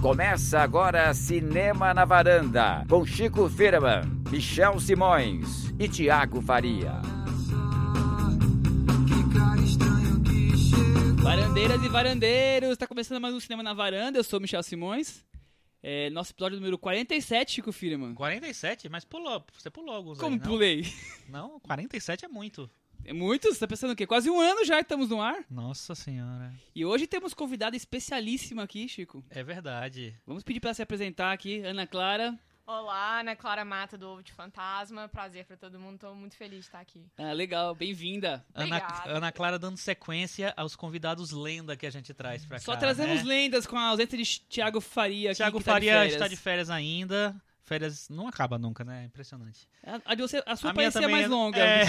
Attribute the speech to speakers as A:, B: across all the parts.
A: Começa agora Cinema na Varanda, com Chico Firman, Michel Simões e Thiago Faria.
B: Varandeiras e varandeiros, tá começando mais um Cinema na Varanda, eu sou o Michel Simões. Nosso episódio número 47, Chico Firman.
C: 47? Mas você pulou alguns.
B: Como
C: aí, não?
B: pulei?
C: Não, 47 é muito.
B: É muito? Você tá pensando o quê? Quase um ano já que estamos no ar.
C: Nossa senhora.
B: E hoje temos convidada especialíssima aqui, Chico.
C: É verdade.
B: Vamos pedir pra ela se apresentar aqui, Ana Clara.
D: Olá, Ana Clara Mata do Ovo de Fantasma. Prazer pra todo mundo, tô muito feliz de estar aqui.
B: Ah, legal, bem-vinda.
C: Ana Clara dando sequência aos convidados lenda que a gente traz pra cá.
B: Só trazemos
C: né?
B: lendas com a ausência de Thiago Faria aqui.
C: Thiago
B: que tá
C: Faria
B: de
C: está de férias ainda. Férias não acaba nunca, né? Impressionante.
B: A sua
C: A minha
B: parecia
C: também
B: mais longa.
C: é.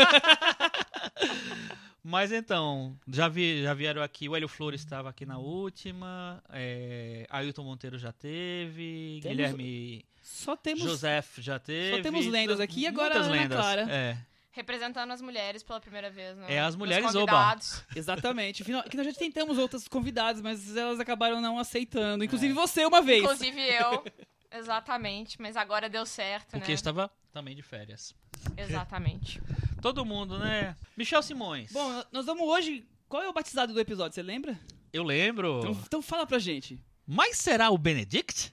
C: Mas então, já vieram aqui, o Hélio Flores estava aqui na última, Ailton Monteiro já teve, Guilherme Joseph já teve.
B: Só temos lendas aqui e agora
C: muitas
B: a Ana
C: lendas.
B: Clara.
D: Representando as mulheres pela primeira vez, né?
C: As mulheres
D: convidados.
B: Exatamente. Que nós já tentamos outras convidadas, mas elas acabaram não aceitando. Inclusive você uma vez.
D: Inclusive eu. Exatamente. Mas agora deu certo,
C: Porque
D: né?
C: estava também de férias.
D: Exatamente.
C: Todo mundo, né? Michel Simões.
B: Bom, nós vamos hoje... Qual é o batizado do episódio, você lembra?
C: Eu lembro.
B: Então fala pra gente.
C: Mas será o Benedict?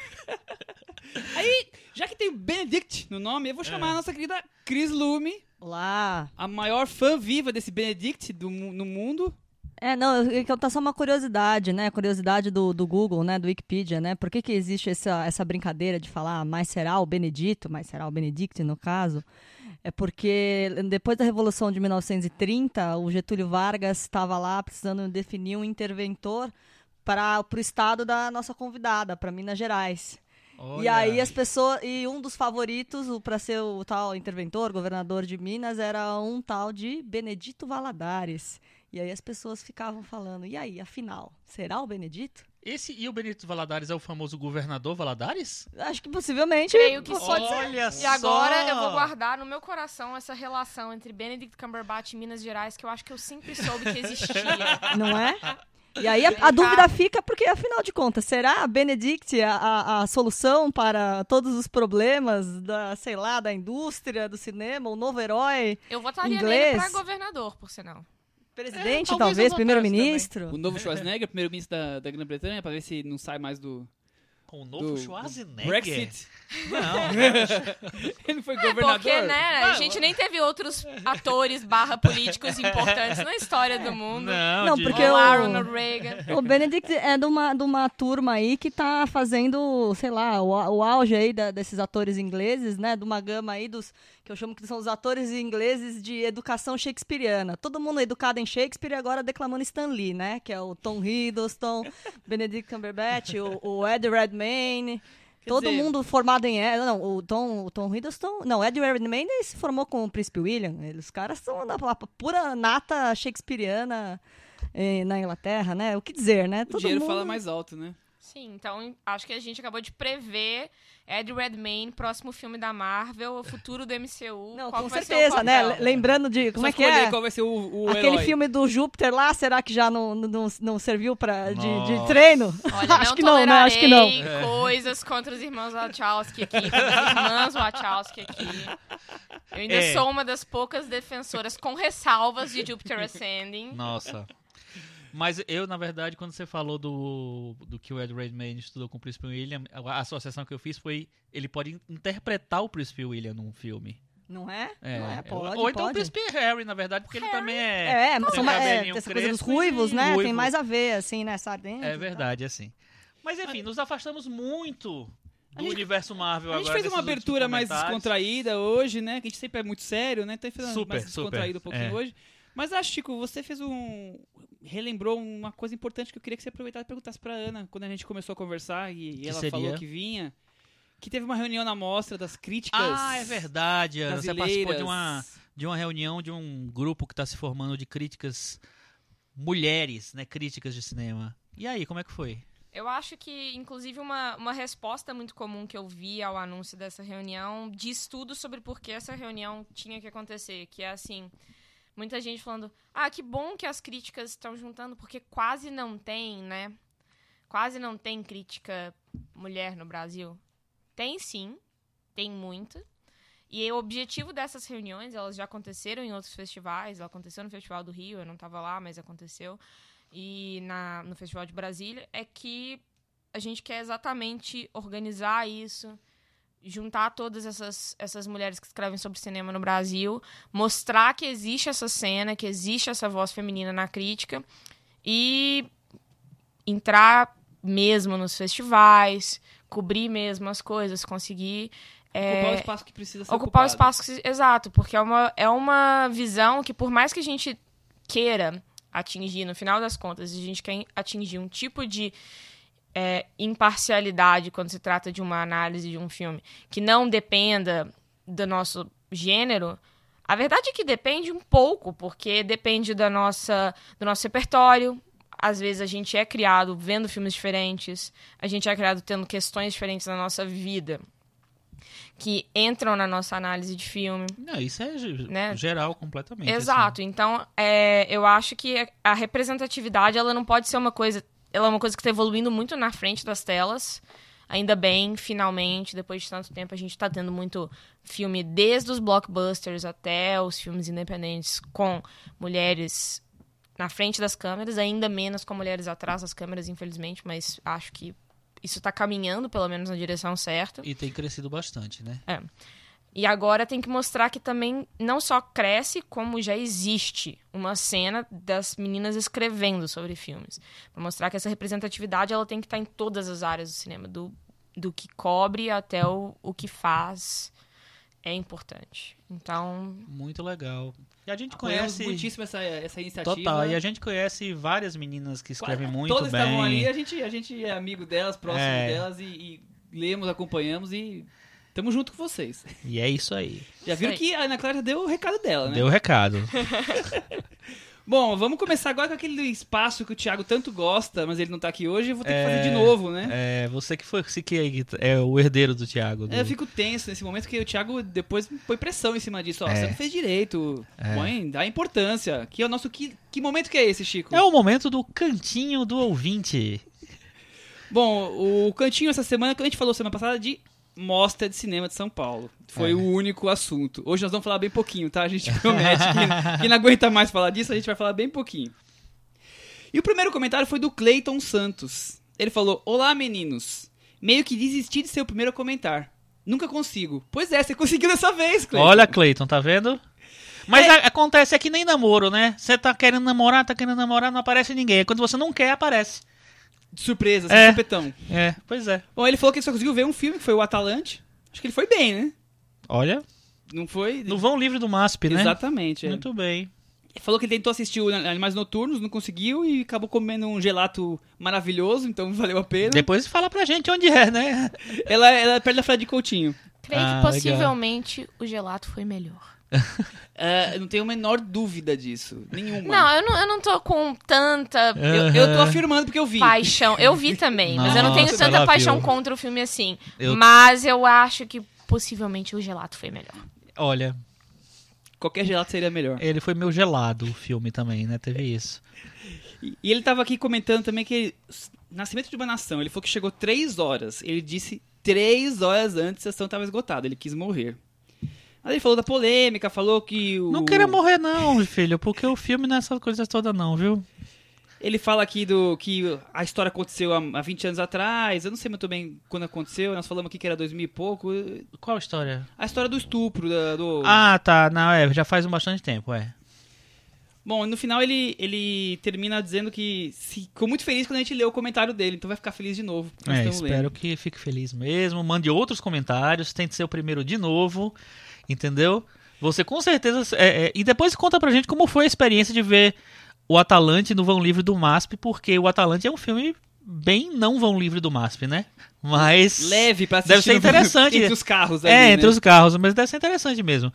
B: Aí, já que tem Benedict no nome, eu vou chamar a nossa querida Cris Lume.
E: Olá!
B: A maior fã viva desse Benedict no mundo.
E: Não, tá só uma curiosidade, né? Curiosidade do Google, né? Do Wikipedia, né? Por que existe essa brincadeira de falar mais será o Benedito, mais será o Benedict, no caso? É porque depois da Revolução de 1930, o Getúlio Vargas estava lá precisando definir um interventor para o estado da nossa convidada, para Minas Gerais.
C: Olha.
E: E aí as pessoas, e um dos favoritos para ser o tal interventor, governador de Minas, era um tal de Benedito Valadares. E aí as pessoas ficavam falando, e aí, afinal, será o Benedito?
C: E o Benedito Valadares é o famoso governador Valadares?
E: Acho que possivelmente.
D: Creio que sim.
C: Olha
D: E agora eu vou guardar no meu coração essa relação entre Benedict Cumberbatch e Minas Gerais, que eu acho que eu sempre soube que existia.
E: Não é? E aí a dúvida fica porque, afinal de contas, será a Benedict a solução para todos os problemas da indústria, do cinema, o novo herói
D: Eu votaria
E: inglês?
D: nele pra governador, por sinal.
E: Presidente,
C: talvez
E: talvez,
C: eu
E: primeiro-ministro?
B: O novo Schwarzenegger, primeiro-ministro da Grã-Bretanha, pra ver se não sai mais do
C: Com o novo Schwarzenegger?
B: Brexit.
C: Não.
B: Ele não foi governador.
D: Porque, né, a gente nem teve outros atores políticos importantes na história do mundo.
E: Não, porque
D: O Ronald Reagan.
E: O Benedict é de uma turma aí que tá fazendo, sei lá, o auge aí desses atores ingleses, né? De uma gama aí que eu chamo que são os atores ingleses de educação shakespeariana. Todo mundo educado em Shakespeare e agora declamando Stan Lee, né? Que é o Tom Hiddleston, Benedict Cumberbatch, o Eddie Redmayne. Todo mundo formado em... Não, o Tom Hiddleston... Não, o Eddie Redmayne se formou com o Príncipe William. Os caras são da pura nata shakespeariana na Inglaterra, né? O que dizer, né?
B: O dinheiro fala mais alto, né?
D: Sim, então acho que a gente acabou de prever Eddie Redmayne, próximo filme da Marvel, o futuro do MCU.
E: Não,
D: qual
E: com
D: vai
E: certeza,
D: ser o
E: né?
D: papel?
E: Lembrando de... Como
B: Só
E: é que
B: escolher
E: é?
B: qual vai ser o
E: Aquele
B: herói.
E: filme do Júpiter lá, será que já não serviu de
C: Nossa.
E: treino?
D: Olha,
E: acho
D: não
E: que não, né? Acho que não.
D: coisas contra os irmãos Wachowski aqui, contra as irmãs Wachowski aqui. Eu ainda sou uma das poucas defensoras com ressalvas de Jupiter Ascending.
C: Nossa. Mas eu, na verdade, quando você falou do que o Ed Redmayne estudou com o Príncipe William, a associação que eu fiz foi ele pode interpretar o Príncipe William num filme.
E: Não é? Não é? Pode,
C: Ou então
E: pode.
C: o Príncipe Harry, na verdade, porque ele também
E: Mas
C: tem cabelinho
E: essa coisa dos
C: crespo
E: ruivos,
C: e
E: né?
C: ruivo.
E: Tem mais a ver, assim, né? Sardinha.
C: É verdade, assim. Mas enfim, nos afastamos muito do universo Marvel
B: A gente
C: agora.
B: fez uma
C: nesses
B: abertura
C: últimos
B: mais
C: comentários.
B: descontraída hoje, né? Que a gente sempre é muito sério, né? Então fez
C: Super,
B: mais descontraído um
C: super,
B: pouquinho hoje. Mas acho, Chico, você relembrou uma coisa importante que eu queria que você aproveitasse e perguntasse pra Ana, quando a gente começou a conversar e ela
C: seria?
B: falou que vinha, que teve uma reunião na mostra das críticas.
C: Ah, é verdade. Ana. Você
B: brasileiras.
C: participou de uma reunião de um grupo que está se formando de críticas mulheres, né? Críticas de cinema. E aí, como é que foi?
D: Eu acho que, inclusive, uma resposta muito comum que eu vi ao anúncio dessa reunião diz tudo sobre por que essa reunião tinha que acontecer, que é assim... Muita gente falando, que bom que as críticas estão juntando, porque quase não tem, né? quase não tem crítica mulher no Brasil. Tem sim, tem muita. E o objetivo dessas reuniões, elas já aconteceram em outros festivais. Ela aconteceu no Festival do Rio, eu não estava lá, mas aconteceu. E no Festival de Brasília, é que a gente quer exatamente organizar isso, juntar todas essas mulheres que escrevem sobre cinema no Brasil, mostrar que existe essa cena, que existe essa voz feminina na crítica e entrar mesmo nos festivais, cobrir mesmo as coisas, conseguir...
B: Ocupar o espaço que precisa ser
D: ocupar
B: ocupado.
D: o espaço, exato, porque é uma visão que, por mais que a gente queira atingir, no final das contas, a gente quer atingir um tipo de imparcialidade quando se trata de uma análise de um filme que não dependa do nosso gênero. A verdade é que depende um pouco, porque depende do nosso repertório. Às vezes a gente é criado vendo filmes diferentes, a gente é criado tendo questões diferentes na nossa vida que entram na nossa análise de filme.
C: Não, isso é
D: né?
C: geral completamente.
D: Exato.
C: Assim.
D: Então, eu acho que a representatividade, ela não pode ser uma coisa... Ela é uma coisa que está evoluindo muito na frente das telas. Ainda bem, finalmente, depois de tanto tempo, a gente está tendo muito filme, desde os blockbusters até os filmes independentes, com mulheres na frente das câmeras, ainda menos com mulheres atrás das câmeras, infelizmente, mas acho que isso está caminhando, pelo menos, na direção certa.
C: E tem crescido bastante, né?
D: E agora tem que mostrar que também não só cresce, como já existe uma cena das meninas escrevendo sobre filmes. Para mostrar que essa representatividade ela tem que estar em todas as áreas do cinema, do que cobre até o que faz é importante. Então...
C: Muito legal. E a gente
B: Apoiamos
C: conhece...
B: muitíssimo essa iniciativa.
C: Total, e a gente conhece várias meninas que escrevem muito
B: Todas
C: bem.
B: estavam ali, a gente é amigo delas, próximo delas, e lemos, acompanhamos e tamo junto com vocês.
C: E é isso aí.
B: Já viram que a Ana Clara deu o recado dela, né?
C: Deu o recado.
B: Bom, vamos começar agora com aquele espaço que o Thiago tanto gosta, mas ele não tá aqui hoje, eu vou ter que fazer de novo, né?
C: Você que é o herdeiro do Thiago.
B: Eu fico tenso nesse momento, porque o Thiago depois põe pressão em cima disso. Ó, você não fez direito, dá importância. Que é o nosso... Que momento que é esse, Chico?
C: É o momento do cantinho do ouvinte.
B: Bom, o cantinho essa semana, que a gente falou semana passada de Mostra de Cinema de São Paulo. Foi o único assunto. Hoje nós vamos falar bem pouquinho, tá? A gente promete que quem não aguenta mais falar disso, a gente vai falar bem pouquinho. E o primeiro comentário foi do Cleiton Santos. Ele falou: olá, meninos. Meio que desisti de ser o primeiro a comentar. Nunca consigo. Pois é, você conseguiu dessa vez, Cleiton.
C: Olha, Cleiton, tá vendo? Mas acontece é que nem namoro, né? Você tá querendo namorar, não aparece ninguém. Quando você não quer, aparece.
B: De surpresa, assim, supetão.
C: Pois é.
B: Bom, ele falou que ele só conseguiu ver um filme, que foi o Atalante. Acho que ele foi bem, né?
C: Olha.
B: Não foi...
C: No vão livre do MASP, né?
B: Exatamente.
C: Muito bem.
B: Ele falou que ele tentou assistir o Animais Noturnos, não conseguiu e acabou comendo um gelato maravilhoso, então valeu a pena.
C: Depois fala pra gente onde é, né?
B: Ela é perto da Fred de Coutinho.
D: Creio que possivelmente o gelato foi melhor.
B: Eu não tenho a menor dúvida disso. Nenhuma.
D: Não, eu não tô com tanta...
B: Eu tô afirmando porque eu vi.
D: Paixão. Eu vi também, mas eu não tenho
C: Nossa,
D: tanta
C: ela
D: paixão
C: viu.
D: contra o filme assim. Mas eu acho que possivelmente o gelato foi melhor.
C: Olha,
B: Qualquer gelato seria melhor.
C: ele foi meu gelado, o filme também, né? Teve isso.
B: E ele tava aqui comentando também que Nascimento de uma Nação, ele falou que chegou 3 horas. Ele disse 3 horas antes a sessão tava esgotada, ele quis morrer. Aí ele falou da polêmica, falou que
C: Não queira morrer não, filho, porque o filme não é essas coisas todas não, viu?
B: Ele fala aqui que a história aconteceu há 20 anos atrás. Eu não sei muito bem quando aconteceu. Nós falamos aqui que era 2000 e pouco.
C: Qual história?
B: A história do estupro.
C: Ah, tá. Não, já faz bastante tempo,
B: Bom, no final ele termina dizendo que ficou muito feliz quando a gente leu o comentário dele. Então vai ficar feliz de novo.
C: Espero que fique feliz mesmo. Mande outros comentários. Tente ser o primeiro de novo. Entendeu? Você com certeza... e depois conta pra gente como foi a experiência de ver o Atalante no vão livre do MASP, porque o Atalante é um filme bem não vão livre do MASP, né? Mas...
B: leve pra assistir.
C: Deve ser interessante.
B: Entre os carros ali,
C: entre
B: né?
C: os carros, mas deve ser interessante mesmo.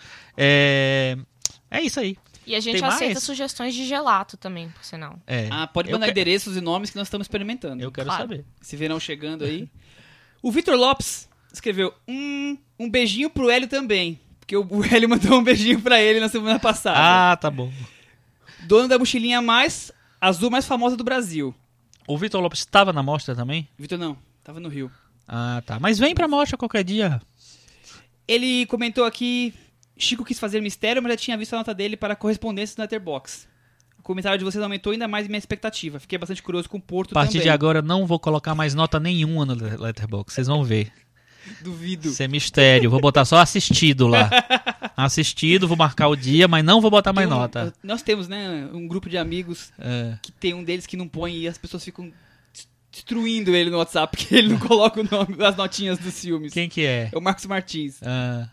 C: É isso aí.
D: E a gente
C: Tem
D: aceita
C: mais?
D: sugestões de gelato também, por sinal.
B: Pode mandar endereços e nomes que nós estamos experimentando.
C: Eu quero
D: Claro.
C: saber.
B: Esse verão chegando aí. O Vitor Lopes escreveu um beijinho pro Hélio também. Porque o Hélio mandou um beijinho pra ele na semana passada.
C: Ah, tá bom.
B: Dono da mochilinha mais azul mais famosa do Brasil.
C: O Vitor Lopes estava na mostra também?
B: Vitor não, tava no Rio.
C: Ah, tá. Mas vem pra mostra qualquer dia.
B: Ele comentou aqui, Chico quis fazer mistério, mas já tinha visto a nota dele para correspondência do Letterboxd. O comentário de vocês aumentou ainda mais minha expectativa. Fiquei bastante curioso com o Porto
C: A partir
B: também.
C: de agora eu não vou colocar mais nota nenhuma no Letterboxd. Vocês vão ver.
B: Duvido.
C: Isso é mistério. Vou botar só assistido lá. Assistido, vou marcar o dia, mas não vou botar mais nota.
B: Nós temos, né, um grupo de amigos
C: É.
B: que tem um deles que não põe e as pessoas ficam destruindo ele no WhatsApp porque ele não coloca o nome, as notinhas dos filmes.
C: Quem que é?
B: É o Marcos Martins.
C: Ah,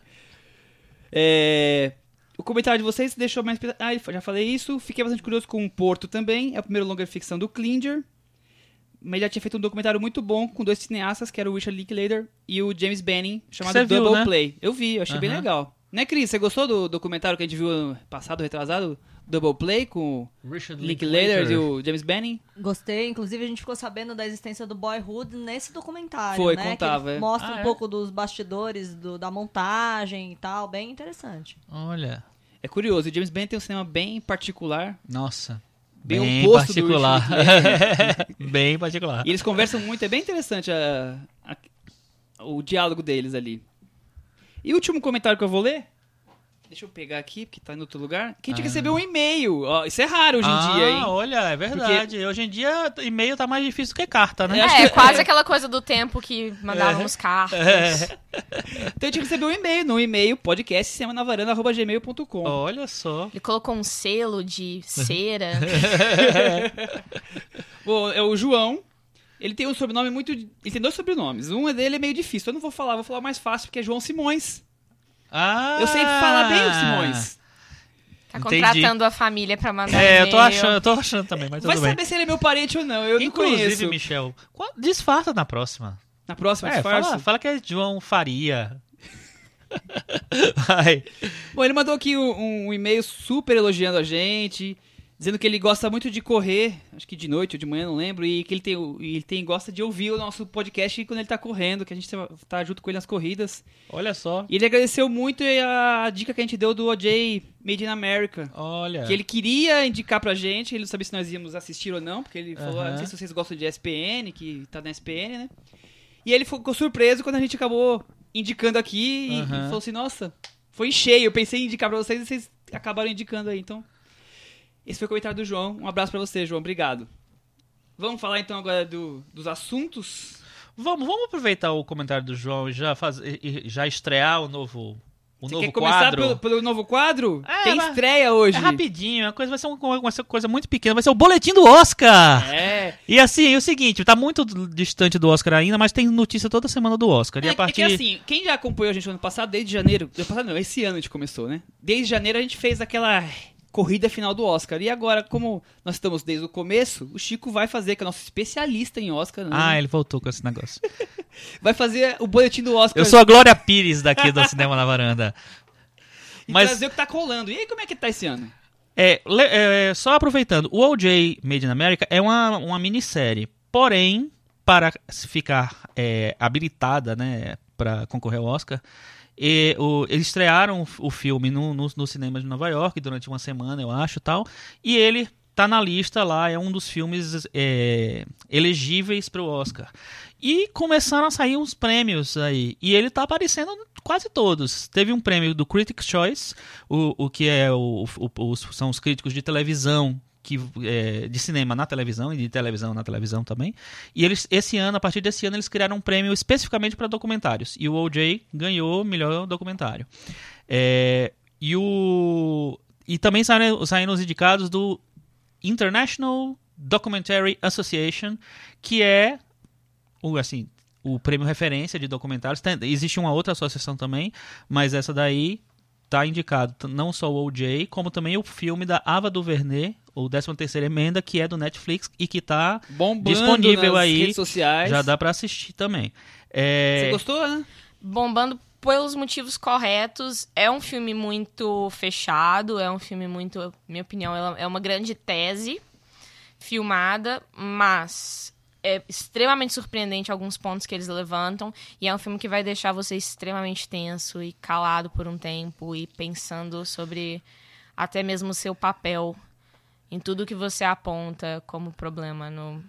B: O comentário de vocês deixou mais... já falei isso. Fiquei bastante curioso com o Porto também. É o primeiro longa-ficção do Klinger. Mas ele já tinha feito um documentário muito bom com 2 cineastas, que era o Richard Linklater e o James Benning, chamado
C: Você viu,
B: Double
C: né?
B: Play. Eu vi, eu achei bem
C: Aham.
B: legal. Né, Cris? Você gostou do documentário que a gente viu ano passado, retrasado? Double Play com o
C: Richard
B: Linklater e o James Benning?
E: Gostei, inclusive a gente ficou sabendo da existência do Boyhood nesse documentário,
B: Foi,
E: né?
B: contava,
E: que ele
B: é.
E: mostra
C: Ah,
E: um
C: é?
E: pouco dos bastidores da montagem e tal, bem interessante.
C: Olha,
B: É curioso, o James Benning tem um cinema bem particular.
C: nossa.
B: Bem
C: Bem
B: oposto do
C: particular.
B: Richard
C: Bem particular.
B: E eles conversam muito, é bem interessante o diálogo deles ali. E o último comentário que eu vou ler, deixa eu pegar aqui, porque tá em outro lugar, que a gente recebeu um e-mail. Ó, isso é raro hoje em dia, hein?
C: Olha, é verdade. Hoje em dia, e-mail tá mais difícil do que carta, né?
B: acho
D: É,
B: que-
D: quase aquela coisa do tempo que mandávamos cartas.
B: Então a gente recebeu um e-mail, no e-mail podcastcinemanavaranda@gmail.com.
C: Olha só.
D: Ele colocou um selo de cera.
B: É o João. Ele tem um sobrenome muito... Ele tem 2 sobrenomes. Um dele é meio difícil. Eu não vou falar o mais fácil, porque é João Simões.
C: Ah,
B: Eu sei falar bem o Simões.
D: Tá
C: Entendi.
D: contratando a família pra mandar
C: É,
D: e-mail.
C: eu tô achando também, mas
B: Vai
C: tudo bem.
B: saber se ele é meu parente ou não. Eu não
C: Inclusive,
B: conheço.
C: Michel, disfarça na próxima.
B: Na próxima, disfarça.
C: Fala que é João Faria. Vai.
B: Bom, ele mandou aqui um e-mail super elogiando a gente, dizendo que ele gosta muito de correr, acho que de noite ou de manhã, não lembro, e que ele gosta de ouvir o nosso podcast quando ele tá correndo, que a gente tá junto com ele nas corridas.
C: Olha só.
B: E ele agradeceu muito a dica que a gente deu do OJ Made in America.
C: Olha.
B: Que ele queria indicar pra gente, ele não sabia se nós íamos assistir ou não, porque ele falou,
C: Aham.
B: não sei se vocês gostam de ESPN, que tá na ESPN, né? E ele ficou surpreso quando a gente acabou indicando aqui e
C: Aham.
B: falou assim, nossa, foi em cheio, eu pensei em indicar pra vocês e vocês acabaram indicando aí, então... Esse foi o comentário do João, um abraço pra você, João, obrigado. Vamos falar então agora dos assuntos?
C: Vamos aproveitar o comentário do João e já estrear o novo
B: Você
C: novo
B: quer começar
C: quadro.
B: pelo novo quadro?
C: É,
B: Tem
C: mas-
B: estreia hoje.
C: É rapidinho, vai ser uma coisa muito pequena, vai ser o boletim do Oscar.
B: É.
C: E assim, é o seguinte, tá muito distante do Oscar ainda, mas tem notícia toda semana do Oscar. E a partir...
B: É que assim, quem já acompanhou a gente no ano passado, desde janeiro... ano passado não, esse ano a gente começou, né? Desde janeiro a gente fez aquela corrida final do Oscar. E agora, como nós estamos desde o começo, o Chico vai fazer, que é nosso especialista em Oscar, né?
C: Ah, ele voltou com esse negócio.
B: Vai fazer o boletim do Oscar
C: Eu sou a Glória Pires daqui do Cinema na Varanda.
B: e
C: Mas
B: trazer o que tá rolando. E aí, como é que tá esse ano?
C: Só aproveitando, o OJ Made in America é uma minissérie, porém, para ficar habilitada, né, para concorrer ao Oscar, eles estrearam o filme no cinema de Nova York durante uma semana, eu acho, tal, e ele tá na lista lá, é um dos filmes elegíveis para o Oscar. E começaram a sair uns prêmios aí, e ele tá aparecendo quase todos. Teve um prêmio do Critics' Choice, o que são os críticos de televisão, de cinema na televisão e de televisão na televisão também. E eles, a partir desse ano, eles criaram um prêmio especificamente para documentários. E o OJ ganhou o melhor documentário. E também saíram os indicados do International Documentary Association, que é o prêmio referência de documentários. Existe uma outra associação também, mas essa daí tá indicado não só o OJ, como também o filme da Ava DuVernay, o 13ª Emenda, que é do Netflix e que tá
B: Bombando
C: disponível
B: nas
C: aí.
B: redes sociais.
C: Já dá pra assistir também.
B: Você gostou, né?
D: Bombando pelos motivos corretos. É um filme muito fechado, é um filme muito, minha opinião, é uma grande tese filmada, mas é extremamente surpreendente alguns pontos que eles levantam, e é um filme que vai deixar você extremamente tenso e calado por um tempo e pensando sobre até mesmo o seu papel em tudo que você aponta como problema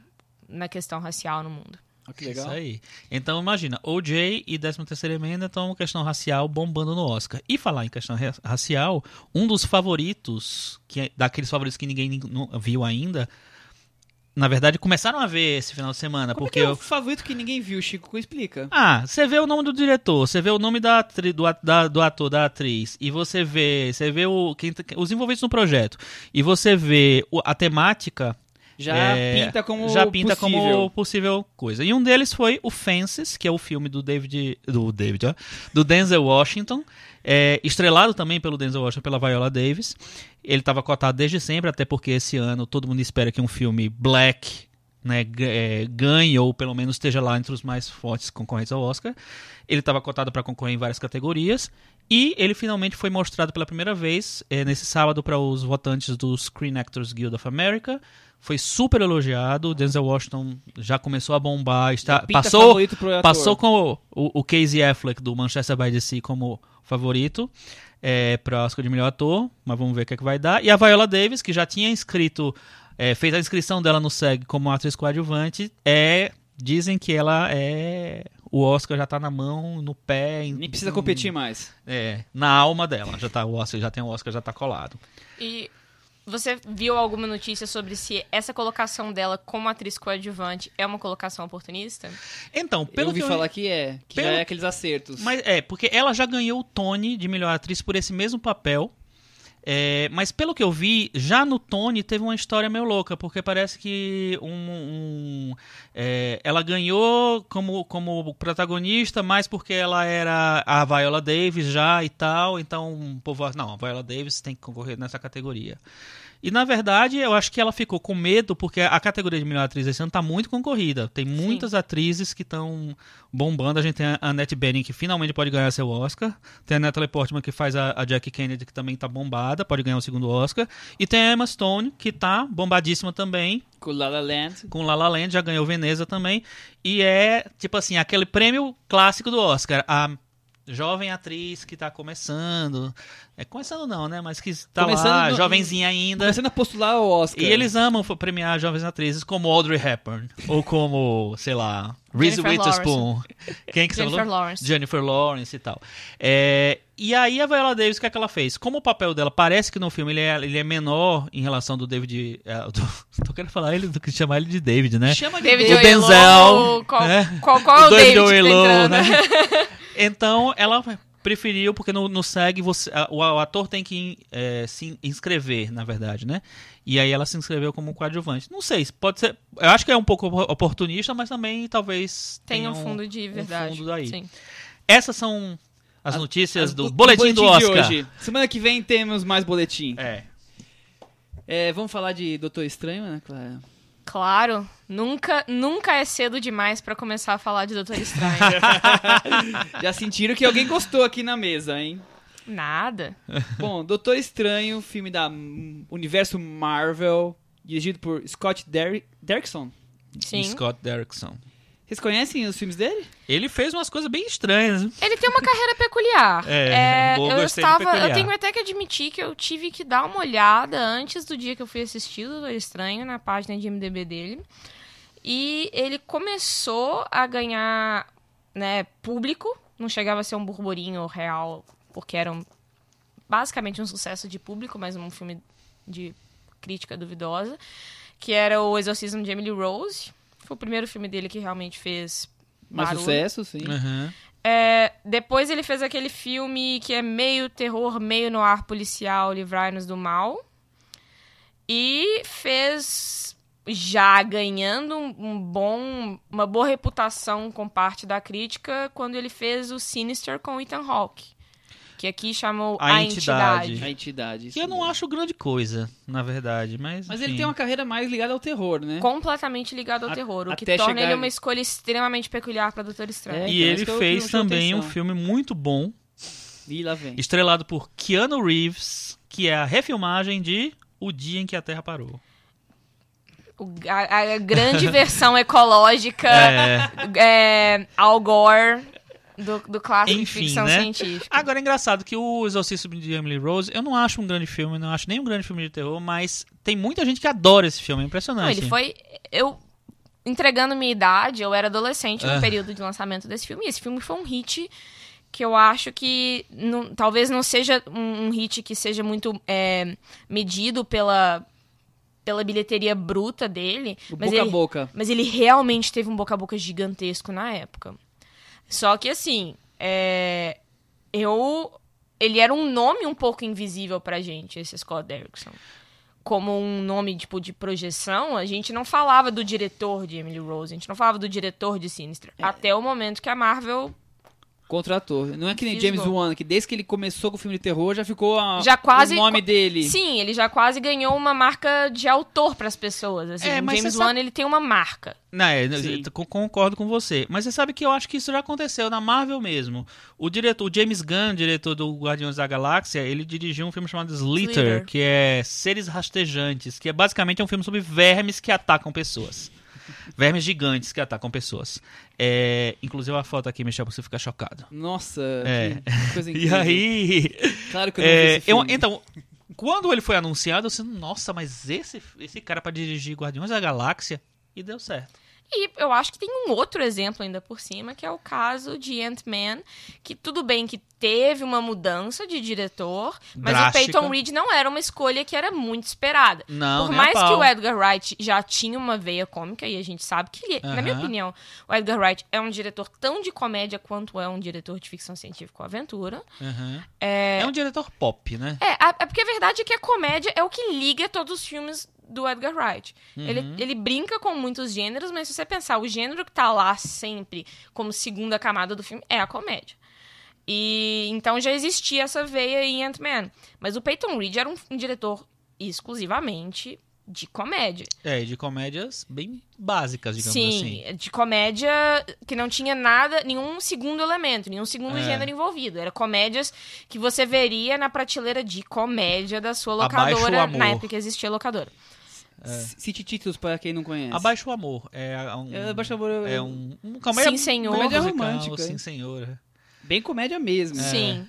D: na questão racial no mundo.
B: Que legal.
C: Isso aí. Então imagina, O.J. e 13ª Emenda estão questão racial bombando no Oscar. E falar em questão racial, um dos favoritos, daqueles favoritos que ninguém viu ainda, na verdade começaram a ver esse final de semana.
B: Como
C: porque
B: é que é o favorito que ninguém viu, Chico? Explica.
C: você vê o nome do diretor, você vê o nome do ator, da atriz, e você vê os envolvidos no projeto, e você vê a temática...
B: Pinta como
C: pinta
B: possível.
C: como possível coisa. E um deles foi o Fences, que é o filme do Denzel Washington, estrelado também pelo Denzel Washington, pela Viola Davis. Ele estava cotado desde sempre, até porque esse ano todo mundo espera que um filme black, né, ganhe, ou pelo menos esteja lá entre os mais fortes concorrentes ao Oscar. Ele estava cotado para concorrer em várias categorias. E ele finalmente foi mostrado pela primeira vez nesse sábado para os votantes do Screen Actors Guild of America. Foi super elogiado. O Denzel Washington já começou a bombar. Passou com o Casey Affleck do Manchester by the Sea como favorito para o Oscar de melhor ator. Mas vamos ver o que é que vai dar. E a Viola Davis, que já tinha fez a inscrição dela no SEG como atriz coadjuvante, dizem que ela o Oscar já tá na mão, no pé.
B: Nem precisa competir mais.
C: Na alma dela. Já tem o Oscar, já tá colado.
D: E você viu alguma notícia sobre se essa colocação dela como atriz coadjuvante é uma colocação oportunista?
C: Então,
B: Eu ouvi falar que já é aqueles acertos.
C: Mas porque ela já ganhou o Tony de melhor atriz por esse mesmo papel. Mas pelo que eu vi, já no Tony teve uma história meio louca, porque parece que ela ganhou como protagonista, mais porque ela era a Viola Davis já e tal, então o povo, não, a Viola Davis tem que concorrer nessa categoria. E, na verdade, eu acho que ela ficou com medo, porque a categoria de melhor atriz esse ano tá muito concorrida. Tem muitas atrizes que estão bombando. A gente tem a Annette Bening, que finalmente pode ganhar seu Oscar. Tem a Natalie Portman, que faz a Jackie Kennedy, que também tá bombada, pode ganhar o segundo Oscar. E tem a Emma Stone, que tá bombadíssima também.
B: Com La La Land.
C: Com La La Land, já ganhou Veneza também. E tipo assim, aquele prêmio clássico do Oscar. A jovem atriz que tá começando. Começando não, né? Mas que tá lá, jovenzinha ainda.
B: Começando a postular o Oscar.
C: E eles amam premiar jovens atrizes como Audrey Hepburn. Ou como, sei lá, Reese Witherspoon. Quem que você falou? Jennifer Lawrence e tal. E aí a Viola Davis, o que é que ela fez? Como o papel dela parece que no filme ele é menor em relação do David... tô querendo falar chamar ele de David, né?
B: Chama
D: David
C: o Denzel.
D: Qual é o David que tá entrando?
C: Né? Então, ela preferiu, porque no SEG o ator tem que se inscrever, na verdade, né? E aí ela se inscreveu como coadjuvante. Não sei, pode ser... Eu acho que é um pouco oportunista, mas também talvez
D: tenha um fundo de verdade.
C: Um fundo daí.
D: Sim.
C: Essas são as notícias do Boletim do Oscar.
B: De hoje. Semana que vem temos mais boletim. Vamos falar de Doutor Estranho, né, Clara?
D: Claro, nunca é cedo demais pra começar a falar de Doutor Estranho.
B: Já sentiram que alguém gostou aqui na mesa, hein?
D: Nada.
B: Bom, Doutor Estranho, filme da Universo Marvel, dirigido por Scott Derrickson.
D: Sim.
C: Scott Derrickson.
B: Vocês conhecem os filmes dele?
C: Ele fez umas coisas bem estranhas.
D: Ele tem uma carreira peculiar.
C: Peculiar.
D: Eu tenho até que admitir que eu tive que dar uma olhada antes do dia que eu fui assistir o Doutor Estranho na página de IMDb dele. E ele começou a ganhar, né, público. Não chegava a ser um burburinho real, porque era basicamente um sucesso de público, mas um filme de crítica duvidosa, que era o Exorcismo de Emily Rose. Foi o primeiro filme dele que realmente fez
B: mais sucesso, sim.
C: Uhum.
D: Depois ele fez aquele filme que é meio terror, meio noir policial, Livrai-nos do Mal. E fez, já ganhando uma boa reputação com parte da crítica, quando ele fez o Sinister com Ethan Hawke. Que aqui chamou A Entidade.
B: A Entidade.
C: Que eu não acho grande coisa, na verdade. Mas
B: ele tem uma carreira mais ligada ao terror, né?
D: Completamente ligado ao terror. O que torna ele uma escolha extremamente peculiar para Doutor Estranho.
C: E ele fez também um filme muito bom.
B: E lá vem.
C: Estrelado por Keanu Reeves, que é a refilmagem de O Dia em que a Terra Parou.
D: A grande versão ecológica, Al Gore... Do clássico de ficção científica.
C: Agora é engraçado que o Exorcismo de Emily Rose, eu não acho um grande filme, não acho nem um grande filme de terror, mas tem muita gente que adora esse filme, é impressionante.
D: Não, ele foi... entregando minha idade, eu era adolescente no período de lançamento desse filme. E esse filme foi um hit que eu acho que talvez não seja um hit que seja muito medido pela bilheteria bruta dele.
B: Boca a boca.
D: Mas ele realmente teve um boca a boca gigantesco na época. Só que, assim, ele era um nome um pouco invisível pra gente, esse Scott Derrickson. Como um nome, tipo, de projeção, a gente não falava do diretor de Emily Rose, a gente não falava do diretor de Sinister. Até o momento que a Marvel...
B: Contrator. Não é que nem
D: Fisgou.
B: James Wan, que desde que ele começou com o filme de terror, já ficou
D: quase
B: o nome dele.
D: Sim, ele já quase ganhou uma marca de autor pras pessoas. Assim. O
C: mas
D: James
C: você
D: Wan,
C: sabe-
D: ele tem uma marca.
C: Não,
B: Sim.
C: concordo com você. Mas você sabe que eu acho que isso já aconteceu na Marvel mesmo. O James Gunn, diretor do Guardiões da Galáxia, ele dirigiu um filme chamado Slither,
D: Slither.
C: que é Seres Rastejantes, que é basicamente um filme sobre vermes que atacam pessoas. Vermes gigantes que atacam pessoas. Inclusive a foto aqui, Michel, pra você ficar chocado.
B: Nossa, que coisa
C: E
B: incrível.
C: aí...
B: Claro que eu não vi esse filme.
C: Então, quando ele foi anunciado, eu disse, nossa, mas esse cara pra dirigir Guardiões da Galáxia, e deu certo.
D: E eu acho que tem um outro exemplo ainda por cima, que é o caso de Ant-Man, que tudo bem que teve uma mudança de diretor, mas
C: Drástica.
D: o Peyton Reed não era uma escolha que era muito esperada.
C: Não,
D: Por
C: nem a
D: mais que
C: pau.
D: o Edgar Wright já tinha uma veia cômica, e a gente sabe que ele, na minha
C: Aham.
D: opinião, o Edgar Wright é um diretor tão de comédia quanto é um diretor de ficção científica ou aventura.
C: Uhum. É um diretor pop, né?
D: É porque a verdade é que a comédia é o que liga todos os filmes do Edgar Wright. Ele brinca com muitos gêneros, mas se você pensar, o gênero que tá lá sempre como segunda camada do filme é a comédia. E então já existia essa veia em Ant-Man. Mas o Peyton Reed era um diretor exclusivamente de comédia.
C: De comédias bem básicas, digamos
D: Sim,
C: assim.
D: de comédia que não tinha nenhum segundo elemento, nenhum segundo gênero envolvido. Era comédias que você veria na prateleira de comédia da sua
C: Abaixo o
D: locadora,
C: Amor.
D: na época que existia locadora.
B: Cite títulos para quem não conhece.
C: Abaixo o Amor.
B: Abaixo o Amor
C: É um comédia
D: Sim, Senhor.
C: comédia
B: Comédia
C: romântica.
B: romântica,
C: Sim, senhor.
B: Bem comédia mesmo.
D: Sim.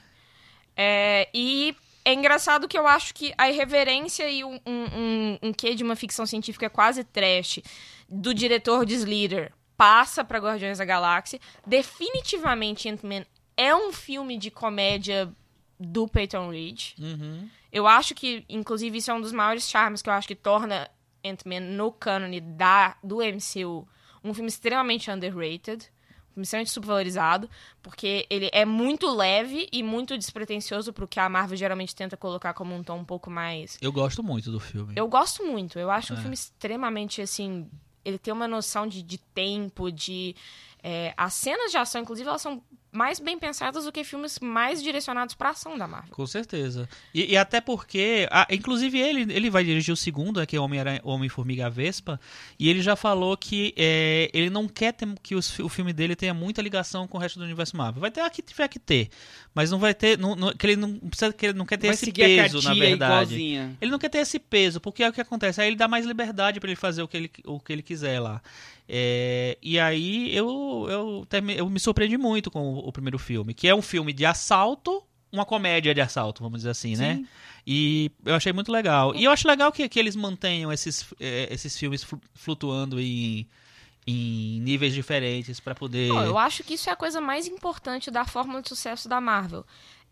D: E é engraçado que eu acho que a irreverência e um quê de uma ficção científica quase trash do diretor de Slither passa pra Guardiões da Galáxia. Definitivamente Ant-Man é um filme de comédia do Peyton Reed.
C: Uhum.
D: Eu acho que, inclusive, isso é um dos maiores charmes que eu acho que torna Ant-Man no cânone do MCU um filme extremamente underrated, um filme extremamente subvalorizado, porque ele é muito leve e muito despretensioso pro que a Marvel geralmente tenta colocar como um tom um pouco mais...
C: Eu gosto muito do filme.
D: Eu gosto muito, eu acho um filme extremamente, assim... Ele tem uma noção de tempo, as cenas de ação, inclusive, elas são mais bem pensadas do que filmes mais direcionados pra ação da Marvel.
C: Com certeza. E até porque, inclusive ele vai dirigir o segundo, que é Homem-Formiga Vespa, e ele já falou que ele não quer que o filme dele tenha muita ligação com o resto do universo Marvel. Vai ter a que tiver que ter, mas não vai ter, que ele não precisa, que ele não quer ter
B: Vai
C: esse
B: seguir a
C: peso, na
B: cartilha
C: verdade.
B: igualzinha.
C: Ele não quer ter esse peso, porque é o que acontece, aí ele dá mais liberdade pra ele fazer o que ele quiser lá. E aí eu me surpreendi muito com o primeiro filme, que é um filme de assalto, uma comédia de assalto, vamos dizer assim, né? E eu achei muito legal. E eu acho legal que eles mantenham esses filmes flutuando em níveis diferentes pra poder...
D: Eu acho que isso é a coisa mais importante da fórmula de sucesso da Marvel.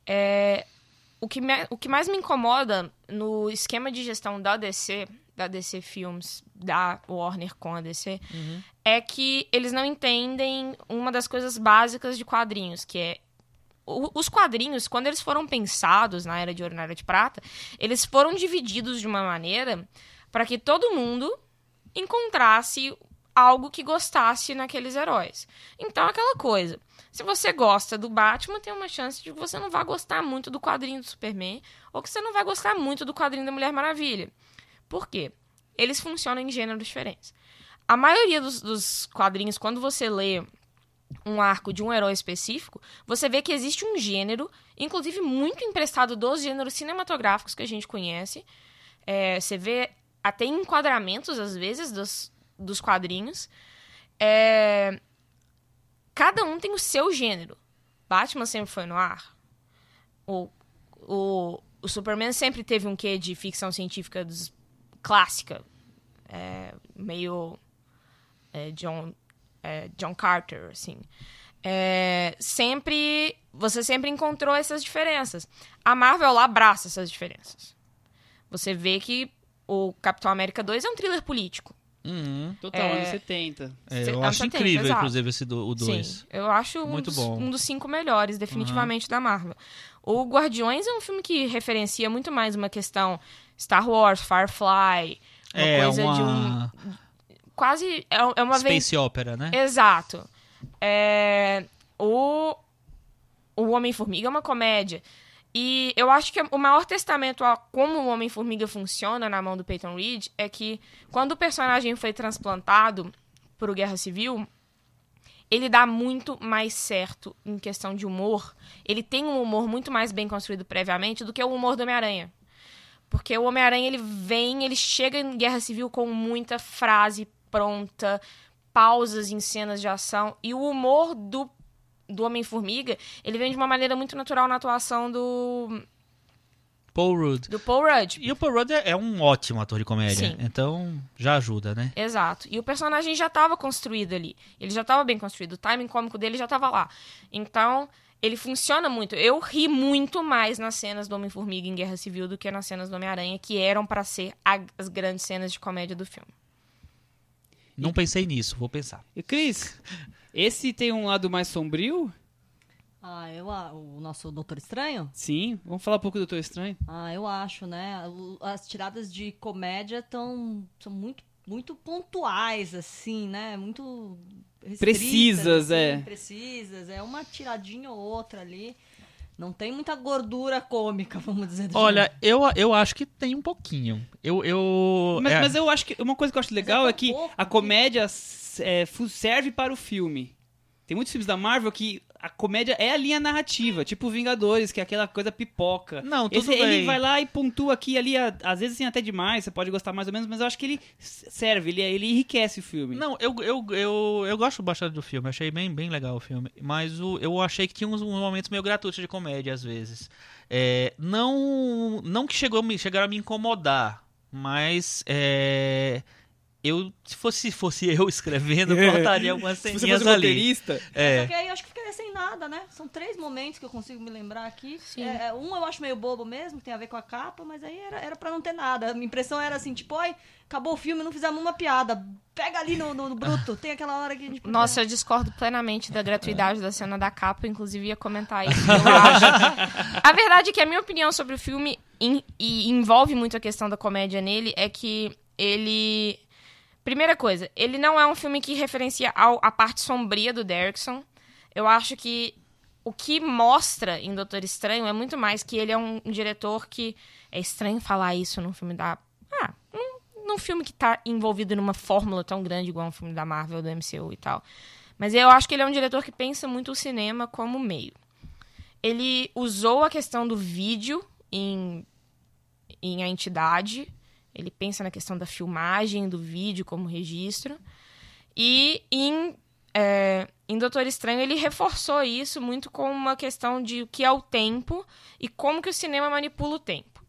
D: O que mais me incomoda no esquema de gestão da DC Filmes, da Warner com a DC, é que eles não entendem uma das coisas básicas de quadrinhos, que é os quadrinhos, quando eles foram pensados na Era de Ouro e na Era de Prata, eles foram divididos de uma maneira para que todo mundo encontrasse algo que gostasse naqueles heróis. Então, aquela coisa. Se você gosta do Batman, tem uma chance de que você não vai gostar muito do quadrinho do Superman, ou que você não vai gostar muito do quadrinho da Mulher Maravilha. Por quê? Eles funcionam em gêneros diferentes. A maioria dos quadrinhos, quando você lê um arco de um herói específico, você vê que existe um gênero, inclusive muito emprestado dos gêneros cinematográficos que a gente conhece. Você vê até enquadramentos, às vezes, dos quadrinhos. Cada um tem o seu gênero. Batman sempre foi no ar. O Superman sempre teve um quê de ficção científica clássica. Meio John Carter, assim. Você sempre encontrou essas diferenças. A Marvel lá abraça essas diferenças. Você vê que o Capitão América 2 é um thriller político.
B: Total, anos 70.
C: Eu acho
D: 70,
C: incrível,
D: exato.
C: inclusive, o 2.
D: Sim, eu acho
C: Muito bom.
D: um dos 5 melhores, definitivamente, da Marvel. O Guardiões é um filme que referencia muito mais uma questão Star Wars, Firefly, uma coisa de um... Quase... É uma
C: Space Opera, né?
D: Exato. O Homem-Formiga é uma comédia. E eu acho que o maior testamento a como o Homem-Formiga funciona na mão do Peyton Reed é que quando o personagem foi transplantado pro Guerra Civil, ele dá muito mais certo em questão de humor. Ele tem um humor muito mais bem construído previamente do que o humor do Homem-Aranha. Porque o Homem-Aranha, ele chega em Guerra Civil com muita frase pronta, pausas em cenas de ação. E o humor do Homem-Formiga, ele vem de uma maneira muito natural na atuação do
C: Paul Rudd. E o Paul Rudd é um ótimo ator de comédia.
D: Sim.
C: Então, já ajuda, né?
D: Exato. E o personagem já estava construído ali. Ele já estava bem construído. O timing cômico dele já estava lá. Então, ele funciona muito. Eu ri muito mais nas cenas do Homem-Formiga em Guerra Civil do que nas cenas do Homem-Aranha, que eram para ser as grandes cenas de comédia do filme.
C: Não pensei nisso, vou pensar.
B: E Cris, esse tem um lado mais sombrio?
E: O nosso Doutor Estranho?
B: Sim, vamos falar um pouco do Doutor Estranho.
E: Eu acho, né? As tiradas de comédia são muito, muito pontuais, assim, né? Muito restritas,
B: Precisas,
E: assim, precisas. É uma tiradinha ou outra ali. Não tem muita gordura cômica, vamos dizer.
C: Olha, eu acho que tem um pouquinho.
B: Mas eu acho que uma coisa que eu acho legal é que
E: pouco,
B: a comédia serve para o filme. Tem muitos filmes da Marvel que a comédia é a linha narrativa, tipo Vingadores, que é aquela coisa pipoca.
C: Não, tudo bem.
B: Ele vai lá e pontua aqui e ali, às vezes assim, até demais, você pode gostar mais ou menos, mas eu acho que ele serve, ele enriquece o filme.
C: Não, eu gosto bastante do filme, achei bem, bem legal o filme, mas eu achei que tinha uns momentos meio gratuitos de comédia às vezes. Não que chegaram a me incomodar, mas se fosse eu escrevendo, eu cortaria algumas
B: Se você
C: ceninhas
B: fosse
C: ali.
B: roteirista...
E: Só que aí eu acho que ficaria sem nada, né? São 3 momentos que eu consigo me lembrar aqui.
D: Sim.
E: Um eu acho meio bobo mesmo, que tem a ver com a capa, mas aí era pra não ter nada. A minha impressão era assim, tipo, acabou o filme, não fizemos uma piada. Pega ali no bruto, tem aquela hora que a gente...
D: Nossa, eu discordo plenamente da gratuidade da cena da capa, inclusive ia comentar isso. Eu acho. A verdade é que a minha opinião sobre o filme, e envolve muito a questão da comédia nele, é que ele... Primeira coisa, ele não é um filme que referencia a parte sombria do Derrickson. Eu acho que o que mostra em Doutor Estranho é muito mais que ele é um diretor que... É estranho falar isso num filme da... num filme que tá envolvido numa fórmula tão grande igual um filme da Marvel, do MCU e tal. Mas eu acho que ele é um diretor que pensa muito o cinema como meio. Ele usou a questão do vídeo em A Entidade. Ele pensa na questão da filmagem, do vídeo como registro. E em Doutor Estranho ele reforçou isso muito com uma questão de o que é o tempo e como que o cinema manipula o tempo.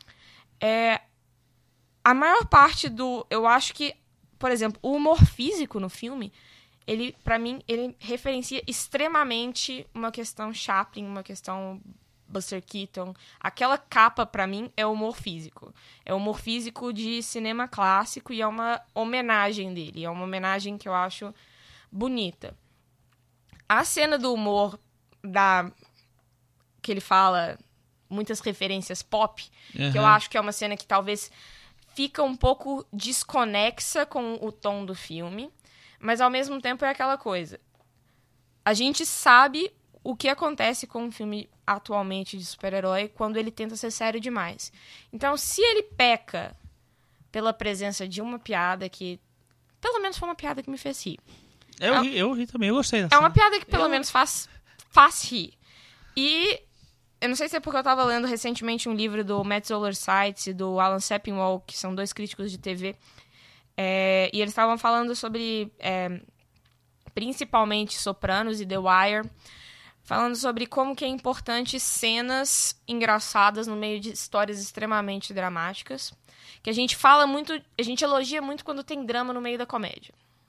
D: A maior parte eu acho que, por exemplo, o humor físico no filme, pra mim, ele referencia extremamente uma questão Chaplin, uma questão Buster Keaton. Aquela capa, pra mim, é humor físico. É humor físico de cinema clássico e é uma homenagem dele. É uma homenagem que eu acho bonita. A cena do humor que ele fala muitas referências pop, que eu acho que é uma cena que talvez fica um pouco desconexa com o tom do filme, mas ao mesmo tempo é aquela coisa. A gente sabe o que acontece com um filme atualmente de super-herói quando ele tenta ser sério demais. Então, se ele peca pela presença de uma piada que, pelo menos foi uma piada que me fez rir.
C: Eu ri também, eu gostei dessa.
D: É uma piada que pelo menos faz rir. E eu não sei se é porque eu tava lendo recentemente um livro do Matt Zoller Seitz e do Alan Sepinwall, que são 2 críticos de TV, e eles estavam falando sobre, principalmente Sopranos e The Wire, falando sobre como que é importante cenas engraçadas no meio de histórias extremamente dramáticas, que a gente fala muito, a gente elogia muito quando tem drama no meio da comédia.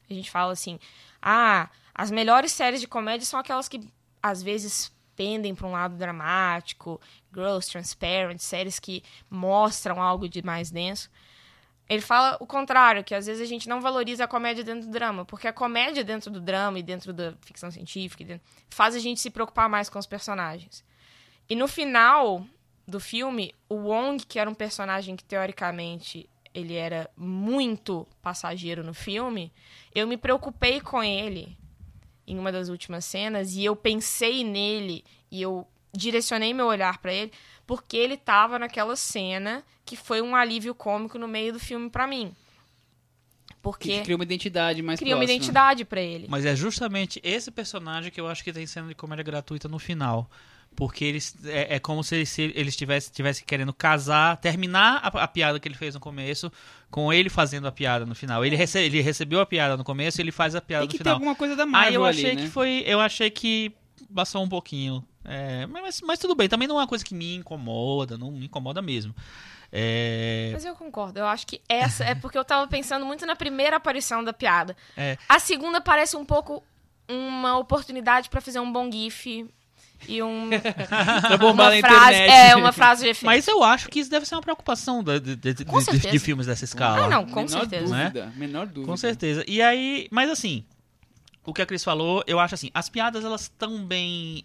D: A gente fala assim, as melhores séries de comédia são aquelas que, às vezes, pendem para um lado dramático, Girls, Transparent, séries que mostram algo de mais denso. Ele fala o contrário, que às vezes a gente não valoriza a comédia dentro do drama, porque a comédia dentro do drama e dentro da ficção científica faz a gente se preocupar mais com os personagens. E no final do filme, o Wong, que era um personagem que, teoricamente, ele era muito passageiro no filme, eu me preocupei com ele em uma das últimas cenas, e eu pensei nele, e eu direcionei meu olhar pra ele, porque ele tava naquela cena que foi um alívio cômico no meio do filme pra mim. Porque
B: Que cria uma identidade mais
D: cria uma
B: próxima.
D: identidade pra ele.
C: Mas é justamente esse personagem que eu acho que tem cena de comédia gratuita no final. Porque eles é como se eles tivessem querendo casar, terminar a piada que ele fez no começo com ele fazendo a piada no final. Ele recebeu a piada no começo e ele faz a piada
B: Tem que
C: no
B: ter
C: final.
B: alguma coisa da Marvel
C: Aí eu
B: ali,
C: achei
B: né?
C: eu achei que passou um pouquinho. Mas tudo bem, também não é uma coisa que me incomoda, não me incomoda mesmo.
D: Mas eu concordo, eu acho que essa é porque eu tava pensando muito na primeira aparição da piada.
C: É.
D: A segunda parece um pouco uma oportunidade pra fazer um bom gif e
B: Pra bombar
D: uma
B: na
D: frase,
B: internet.
D: uma frase de efeito.
C: Mas eu acho que isso deve ser uma preocupação
D: Com certeza.
C: de filmes dessa escala.
D: Ah, não, com
B: Menor
D: certeza.
B: dúvida, menor dúvida.
C: Com certeza. E aí, mas assim, o que a Cris falou, eu acho assim, as piadas elas estão bem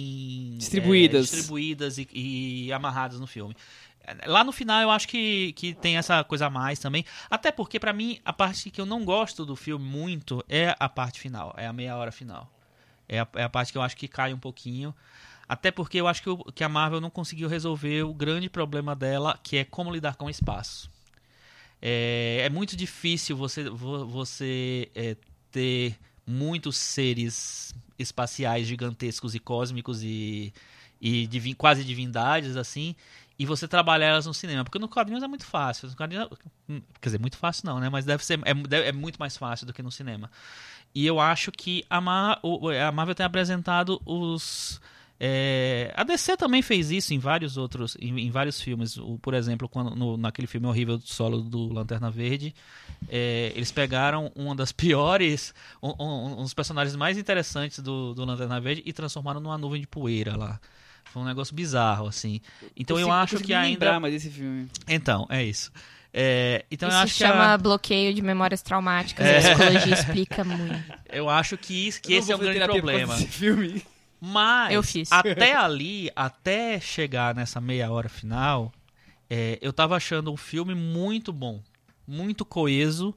C: distribuídas e amarradas no filme. Lá no final eu acho que tem essa coisa a mais também. Até porque, pra mim, a parte que eu não gosto do filme muito é a parte final, é a meia hora final. É a parte que eu acho que cai um pouquinho. Até porque eu acho que a Marvel não conseguiu resolver o grande problema dela, que é como lidar com o espaço. É muito difícil você ter muitos seres espaciais gigantescos e cósmicos e quase divindades, assim, e você trabalhar elas no cinema. Porque no quadrinhos é muito fácil. Quer dizer, muito fácil não, né? Mas é muito mais fácil do que no cinema. E eu acho que a Marvel tem apresentado os... a DC também fez isso em vários outros, em vários filmes. Por exemplo, naquele filme horrível solo do Lanterna Verde, eles pegaram uma das piores, um dos personagens mais interessantes do Lanterna Verde e transformaram numa nuvem de poeira lá. Foi um negócio bizarro, assim. Então eu acho que ainda...
B: lembrar mais desse filme.
C: Então, é isso. Então
D: Isso
C: eu acho
D: se chama bloqueio de memórias traumáticas. A psicologia explica muito.
C: eu acho que
B: Eu não
C: esse é
B: vou
C: um
B: fazer
C: grande
B: terapia por causa
C: problema.
B: desse filme.
C: Mas,
D: Eu fiz.
C: até ali, até chegar nessa meia hora final, eu tava achando um filme muito bom, muito coeso,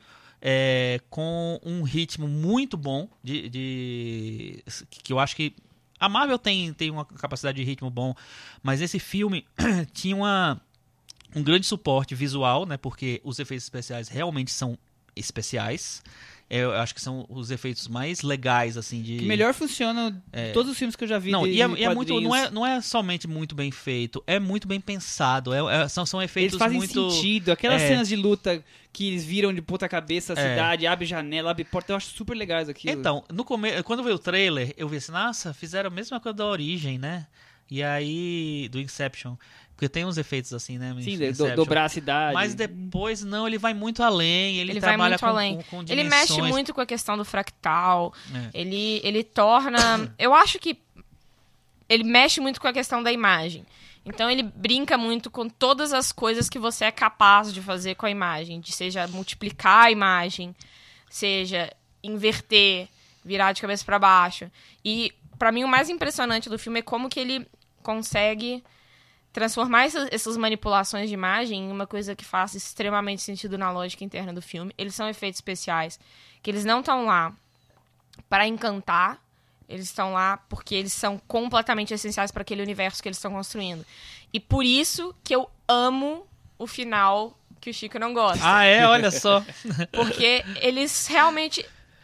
C: com um ritmo muito bom, que eu acho que a Marvel tem uma capacidade de ritmo bom, mas esse filme tinha um grande suporte visual, né, porque os efeitos especiais realmente são especiais. Eu acho que são os efeitos mais legais, assim, de...
B: Que melhor funciona de todos os filmes que eu já vi.
C: Não,
B: de
C: e é muito,
B: quadrinhos.
C: não é somente muito bem feito, é muito bem pensado. São efeitos
B: Eles fazem
C: muito...
B: sentido. Aquelas cenas de luta que eles viram de ponta cabeça a cidade, abre janela, abre porta, eu acho super legais aquilo.
C: Então, quando veio o trailer, eu vi assim, nossa, fizeram a mesma coisa da Origem, né? E aí, do Inception. Porque tem uns efeitos assim, né?
B: Sim,
C: Inception.
B: dobrar a cidade.
C: Mas depois, não, ele vai muito além. Ele
D: Vai
C: trabalha
D: muito além.
C: com
D: Ele
C: dimensões.
D: mexe muito com a questão do fractal.
C: É.
D: Ele torna... Eu acho que ele mexe muito com a questão da imagem. Então ele brinca muito com todas as coisas que você é capaz de fazer com a imagem. Seja multiplicar a imagem, seja inverter, virar de cabeça para baixo. E pra mim o mais impressionante do filme é como que ele consegue transformar essas manipulações de imagem em uma coisa que faz extremamente sentido na lógica interna do filme. Eles são efeitos especiais, que eles não estão lá para encantar, eles estão lá porque eles são completamente essenciais para aquele universo que eles estão construindo. E por isso que eu amo o final que o Chico não gosta.
C: Olha só.
D: Porque eles realmente...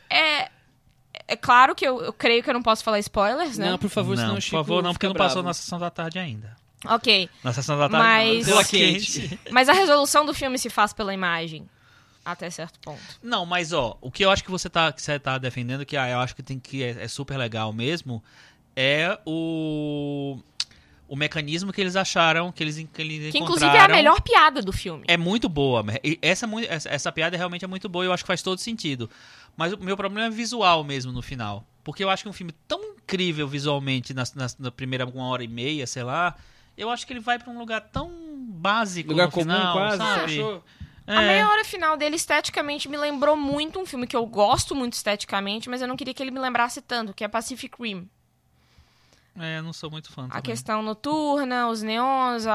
D: É claro que eu creio que eu não posso falar spoilers, né?
B: Não, por favor, senão
C: Não,
B: o
C: por
B: Chico
C: favor, não, porque
B: fica
C: não passou
B: bravo.
C: na sessão da tarde ainda.
D: Ok.
C: Na sessão da tarde,
D: Mas-
C: não, pela
B: Pela quente.
D: Mas a resolução do filme se faz pela imagem. Até certo ponto.
C: Não, mas o que eu acho que você tá defendendo, que eu acho que é super legal mesmo, é o o mecanismo que eles acharam, que eles encontraram.
D: Que inclusive é a melhor piada do filme.
C: É muito boa. E essa piada realmente é muito boa e eu acho que faz todo sentido. Mas o meu problema é visual mesmo no final. Porque eu acho que um filme tão incrível visualmente na primeira 1h30, sei lá, eu acho que ele vai pra um lugar tão básico
B: Lugar
C: no
B: comum
C: final,
B: quase,
C: sabe?
B: você achou?
D: A meia hora final dele, esteticamente, me lembrou muito um filme que eu gosto muito esteticamente, mas eu não queria que ele me lembrasse tanto, que é Pacific Rim.
C: Eu não sou muito fã
D: A
C: também.
D: questão noturna, os neons,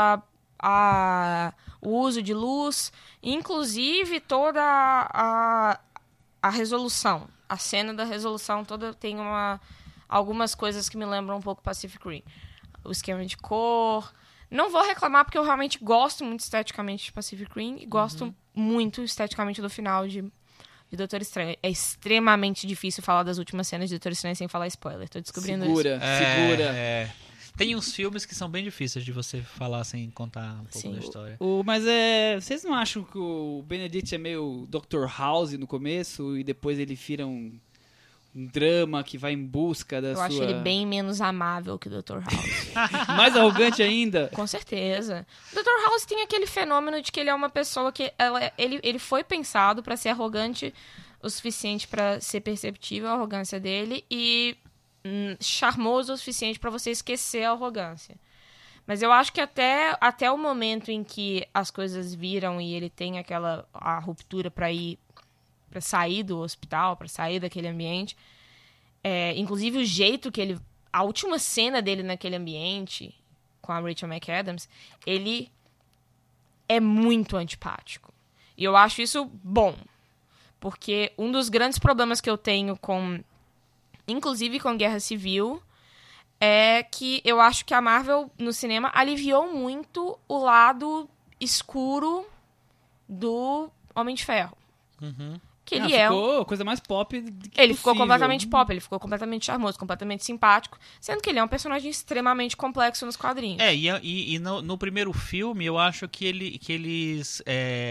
D: o uso de luz, inclusive toda a resolução. A cena da resolução toda tem algumas coisas que me lembram um pouco Pacific Rim. O esquema de cor. Não vou reclamar porque eu realmente gosto muito esteticamente de Pacific Rim e gosto muito esteticamente do final de Doutor Estranho. É extremamente difícil falar das últimas cenas de Doutor Estranho sem falar spoiler. Tô descobrindo isso.
B: Segura.
C: Tem uns filmes que são bem difíceis de você falar sem contar um pouco da história.
B: Mas vocês não acham que o Benedict é meio Dr. House no começo e depois ele vira um drama que vai em busca da
D: Eu
B: sua...
D: acho ele bem menos amável que o Dr. House.
B: Mais arrogante ainda?
D: Com certeza. O Dr. House tem aquele fenômeno de que ele é uma pessoa que... Ele foi pensado pra ser arrogante o suficiente pra ser perceptível a arrogância dele e charmoso o suficiente pra você esquecer a arrogância. Mas eu acho que até o momento em que as coisas viram e ele tem a ruptura pra sair do hospital, pra sair daquele ambiente. Inclusive o jeito que ele... A última cena dele naquele ambiente, com a Rachel McAdams, ele é muito antipático. E eu acho isso bom. Porque um dos grandes problemas que eu tenho inclusive com Guerra Civil, é que eu acho que a Marvel, no cinema, aliviou muito o lado escuro do Homem de Ferro. Que ele
B: ficou coisa mais pop
D: ele
B: possível.
D: ficou completamente pop, ele ficou completamente charmoso, completamente simpático, sendo que ele é um personagem extremamente complexo nos quadrinhos.
C: E no primeiro filme, eu acho que eles...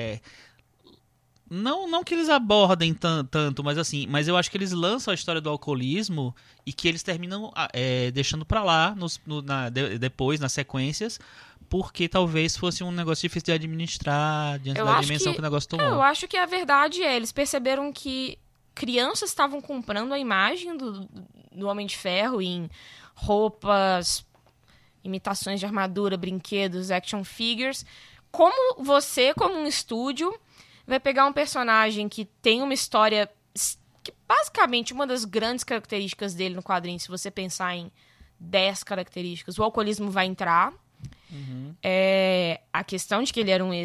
C: Não que eles abordem tanto, mas eu acho que eles lançam a história do alcoolismo e que eles terminam deixando pra lá depois, nas sequências, porque talvez fosse um negócio difícil de administrar diante da dimensão que o negócio tomou.
D: Eu acho que a verdade eles perceberam que crianças estavam comprando a imagem do Homem de Ferro em roupas, imitações de armadura, brinquedos, action figures. Como você, como um estúdio, vai pegar um personagem que tem uma história que, basicamente, uma das grandes características dele no quadrinho, se você pensar em 10 características, o alcoolismo vai entrar. A questão de que ele era um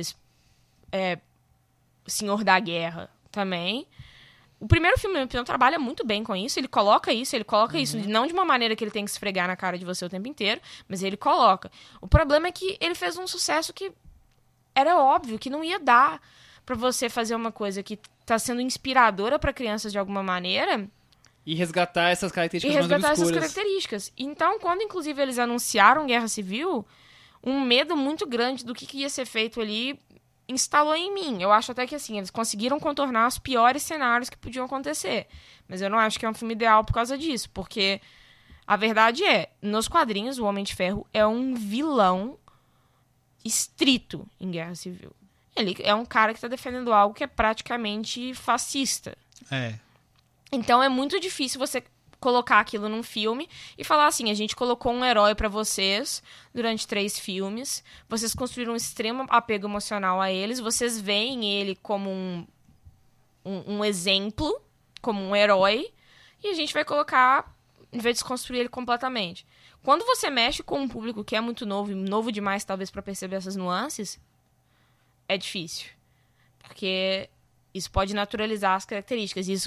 D: senhor da guerra também. O primeiro filme trabalha muito bem com isso, ele coloca isso, não de uma maneira que ele tem que esfregar na cara de você o tempo inteiro, mas ele coloca. O problema é que ele fez um sucesso que era óbvio que não ia dar pra você fazer uma coisa que tá sendo inspiradora pra crianças de alguma maneira
B: e resgatar essas características mais
D: características. Então, quando inclusive eles anunciaram Guerra Civil, um medo muito grande do que ia ser feito ali instalou em mim. Eu acho até que assim, eles conseguiram contornar os piores cenários que podiam acontecer. Mas eu não acho que é um filme ideal por causa disso, porque a verdade nos quadrinhos, o Homem de Ferro é um vilão estrito em Guerra Civil. Ele é um cara que tá defendendo algo que é praticamente fascista. Então é muito difícil você colocar aquilo num filme e falar assim, a gente colocou um herói pra vocês durante 3 filmes, vocês construíram um extremo apego emocional a eles, vocês veem ele como um exemplo, como um herói, e a gente vai colocar, em vez de desconstruir ele completamente. Quando você mexe com um público que é muito novo, e novo demais talvez pra perceber essas nuances, é difícil. Porque isso pode naturalizar as características. Isso,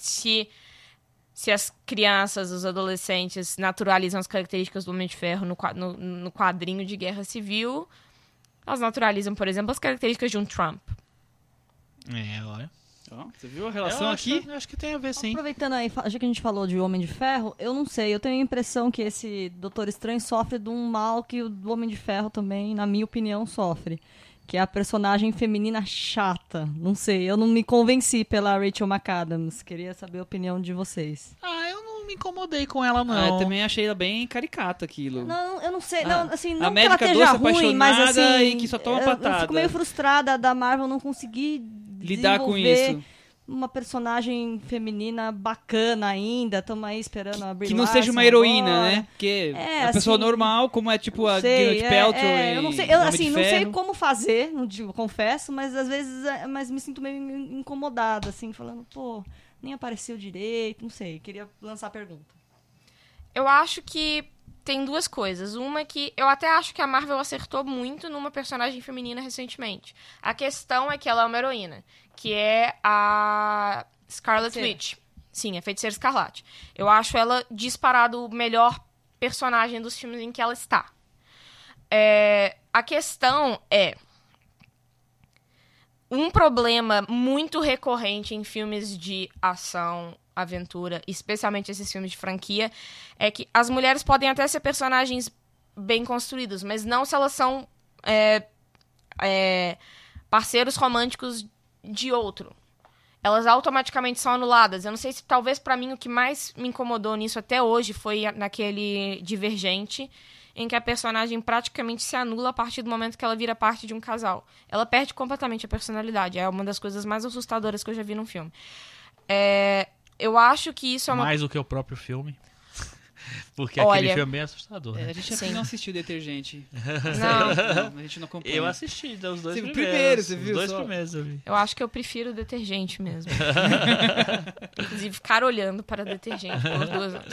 D: se as crianças, os adolescentes naturalizam as características do Homem de Ferro no quadrinho de Guerra Civil, elas naturalizam, por exemplo, as características de um Trump.
C: Olha.
B: Você viu a relação aqui?
C: Acho que tem a ver, sim.
E: Aproveitando aí, já que a gente falou de Homem de Ferro, eu não sei, eu tenho a impressão que esse Doutor Estranho sofre de um mal que o do Homem de Ferro também, na minha opinião, sofre. Que é a personagem feminina chata. Não sei, eu não me convenci pela Rachel McAdams. Queria saber a opinião de vocês.
C: Eu me incomodei com ela, não.
B: Eu também achei ela bem caricata aquilo.
E: Não, eu não sei. Não, assim,
B: a
E: não que ela
B: médica
E: esteja
B: doce
E: ruim, mas
B: apaixonada
E: assim...
B: e que só toma
E: Eu
B: patada.
E: fico meio frustrada da Marvel não conseguir
B: Lidar com
E: desenvolver
B: isso.
E: uma personagem feminina bacana ainda. Estamos aí esperando a Brie
B: Que não
E: Larson
B: seja uma heroína,
E: agora.
B: né? Porque
E: É,
B: a pessoa
E: assim,
B: normal, como é tipo a
E: Sei,
B: Gwyneth Paltrow
E: eu não sei,
B: em Homem
E: assim,
B: de
E: não sei
B: Ferro.
E: como fazer, não digo, confesso, mas às vezes mas me sinto meio incomodada, assim, falando, pô, nem apareceu direito, não sei, queria lançar a pergunta.
D: Eu acho que tem duas coisas. Uma é que eu até acho que a Marvel acertou muito numa personagem feminina recentemente. A questão é que ela é uma heroína, que é a Scarlet Witch. Sim, a Feiticeira Escarlate. Eu acho ela disparado o melhor personagem dos filmes em que ela está. A questão é... Um problema muito recorrente em filmes de ação, aventura, especialmente esses filmes de franquia, é que as mulheres podem até ser personagens bem construídos, mas não se elas são parceiros românticos de outro. Elas automaticamente são anuladas. Eu não sei se, talvez, pra mim, o que mais me incomodou nisso até hoje foi naquele Divergente, em que a personagem praticamente se anula a partir do momento que ela vira parte de um casal. Ela perde completamente a personalidade. É uma das coisas mais assustadoras que eu já vi num filme. Eu acho que isso é uma...
C: Mais do que o próprio filme. Porque
D: Olha,
C: aquele filme é bem assustador. Né?
B: A gente
D: Sim.
B: não assistiu Detergente.
D: Não.
B: A gente não acompanha.
C: Eu assisti os dois
B: Sim,
C: primeiros.
B: primeiro, você viu
C: Os dois
B: só?
C: primeiros eu vi.
D: Eu acho que eu prefiro Detergente mesmo. Inclusive, ficar olhando para Detergente por 2 horas.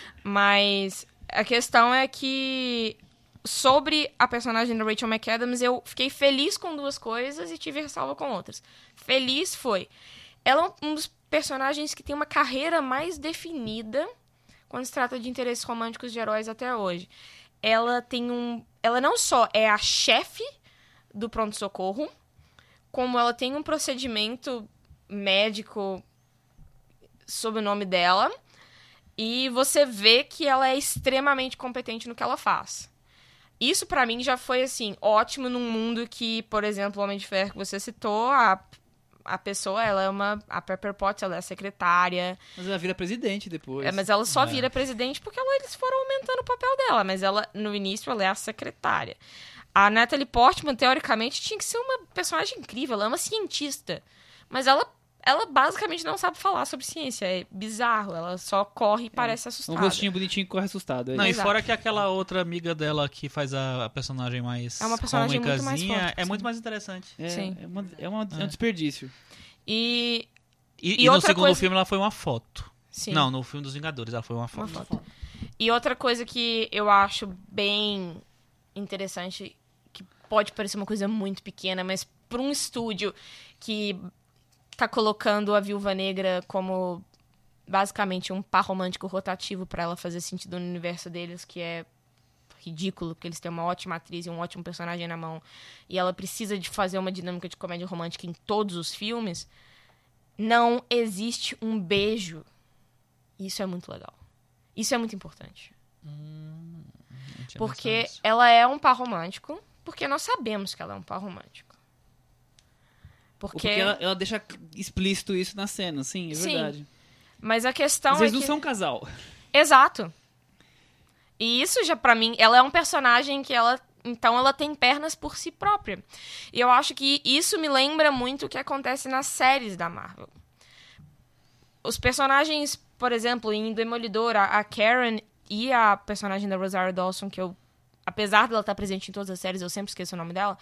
D: Mas a questão é que, sobre a personagem da Rachel McAdams, eu fiquei feliz com duas coisas e tive ressalva com outras. Feliz foi... Ela é um dos personagens que tem uma carreira mais definida quando se trata de interesses românticos de heróis até hoje. Ela não só é a chefe do pronto-socorro, como ela tem um procedimento médico sob o nome dela, e você vê que ela é extremamente competente no que ela faz. Isso, pra mim, já foi, assim, ótimo num mundo que, por exemplo, o Homem de Ferro que você citou, a pessoa, ela é a Pepper Potts, ela é a secretária.
B: Mas ela vira presidente depois.
D: Mas ela só vira presidente porque eles foram aumentando o papel dela. Mas ela, no início, ela é a secretária. A Natalie Portman, teoricamente, tinha que ser uma personagem incrível. Ela é uma cientista. Mas ela basicamente não sabe falar sobre ciência. É bizarro. Ela só corre e parece assustada.
B: Um rostinho bonitinho que corre assustado.
C: Não, e
D: Exato.
C: fora que aquela outra amiga dela que faz a personagem mais
D: É uma personagem muito mais
C: cômicazinha,
D: forte,
C: é
D: sim.
C: muito mais interessante.
D: Sim.
B: É um desperdício.
D: E
C: E no
D: outra
C: segundo
D: coisa-
C: filme ela foi uma foto.
D: sim.
C: Não, no filme dos Vingadores ela foi uma
D: Uma
C: foto.
D: foto. E outra coisa que eu acho bem interessante, que pode parecer uma coisa muito pequena, mas para um estúdio que tá colocando a Viúva Negra como basicamente um par romântico rotativo para ela fazer sentido no universo deles, que é ridículo, porque eles têm uma ótima atriz e um ótimo personagem na mão, e ela precisa de fazer uma dinâmica de comédia romântica em todos os filmes, não existe um beijo. Isso é muito legal. Isso é muito importante.
C: Não tinha
D: Porque
C: pensado nisso.
D: ela é um par romântico, porque nós sabemos que ela é um par romântico.
B: Porque ela deixa explícito isso na cena, sim, é
D: Sim.
B: verdade.
D: Mas a questão
B: Às vezes
D: é
B: não
D: que...
B: são um casal.
D: Exato. E isso já, pra mim, ela é um personagem que ela... Então, ela tem pernas por si própria. E eu acho que isso me lembra muito o que acontece nas séries da Marvel. Os personagens, por exemplo, em Demolidor, a Karen e a personagem da Rosario Dawson, que eu... Apesar dela estar presente em todas as séries, eu sempre esqueço o nome dela.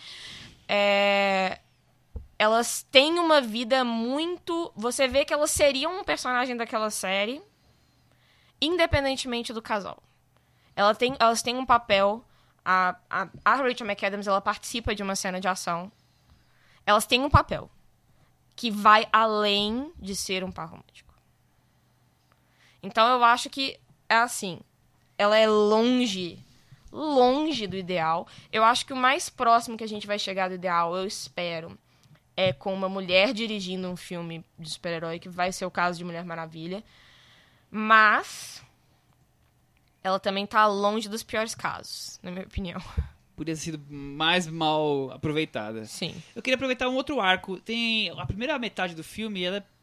D: Elas têm uma vida muito... Você vê que elas seriam um personagem daquela série, independentemente do casal. Elas têm um papel... A Rachel McAdams, ela participa de uma cena de ação. Elas têm um papel que vai além de ser um par romântico. Então, eu acho que, é assim, ela é longe do ideal. Eu acho que o mais próximo que a gente vai chegar do ideal, eu espero, é com uma mulher dirigindo um filme de super-herói, que vai ser o caso de Mulher Maravilha. Mas ela também tá longe dos piores casos, na minha opinião.
B: Podia ter sido mais mal aproveitada.
D: Sim.
B: Eu queria aproveitar um outro arco. Tem a primeira metade do filme, ela é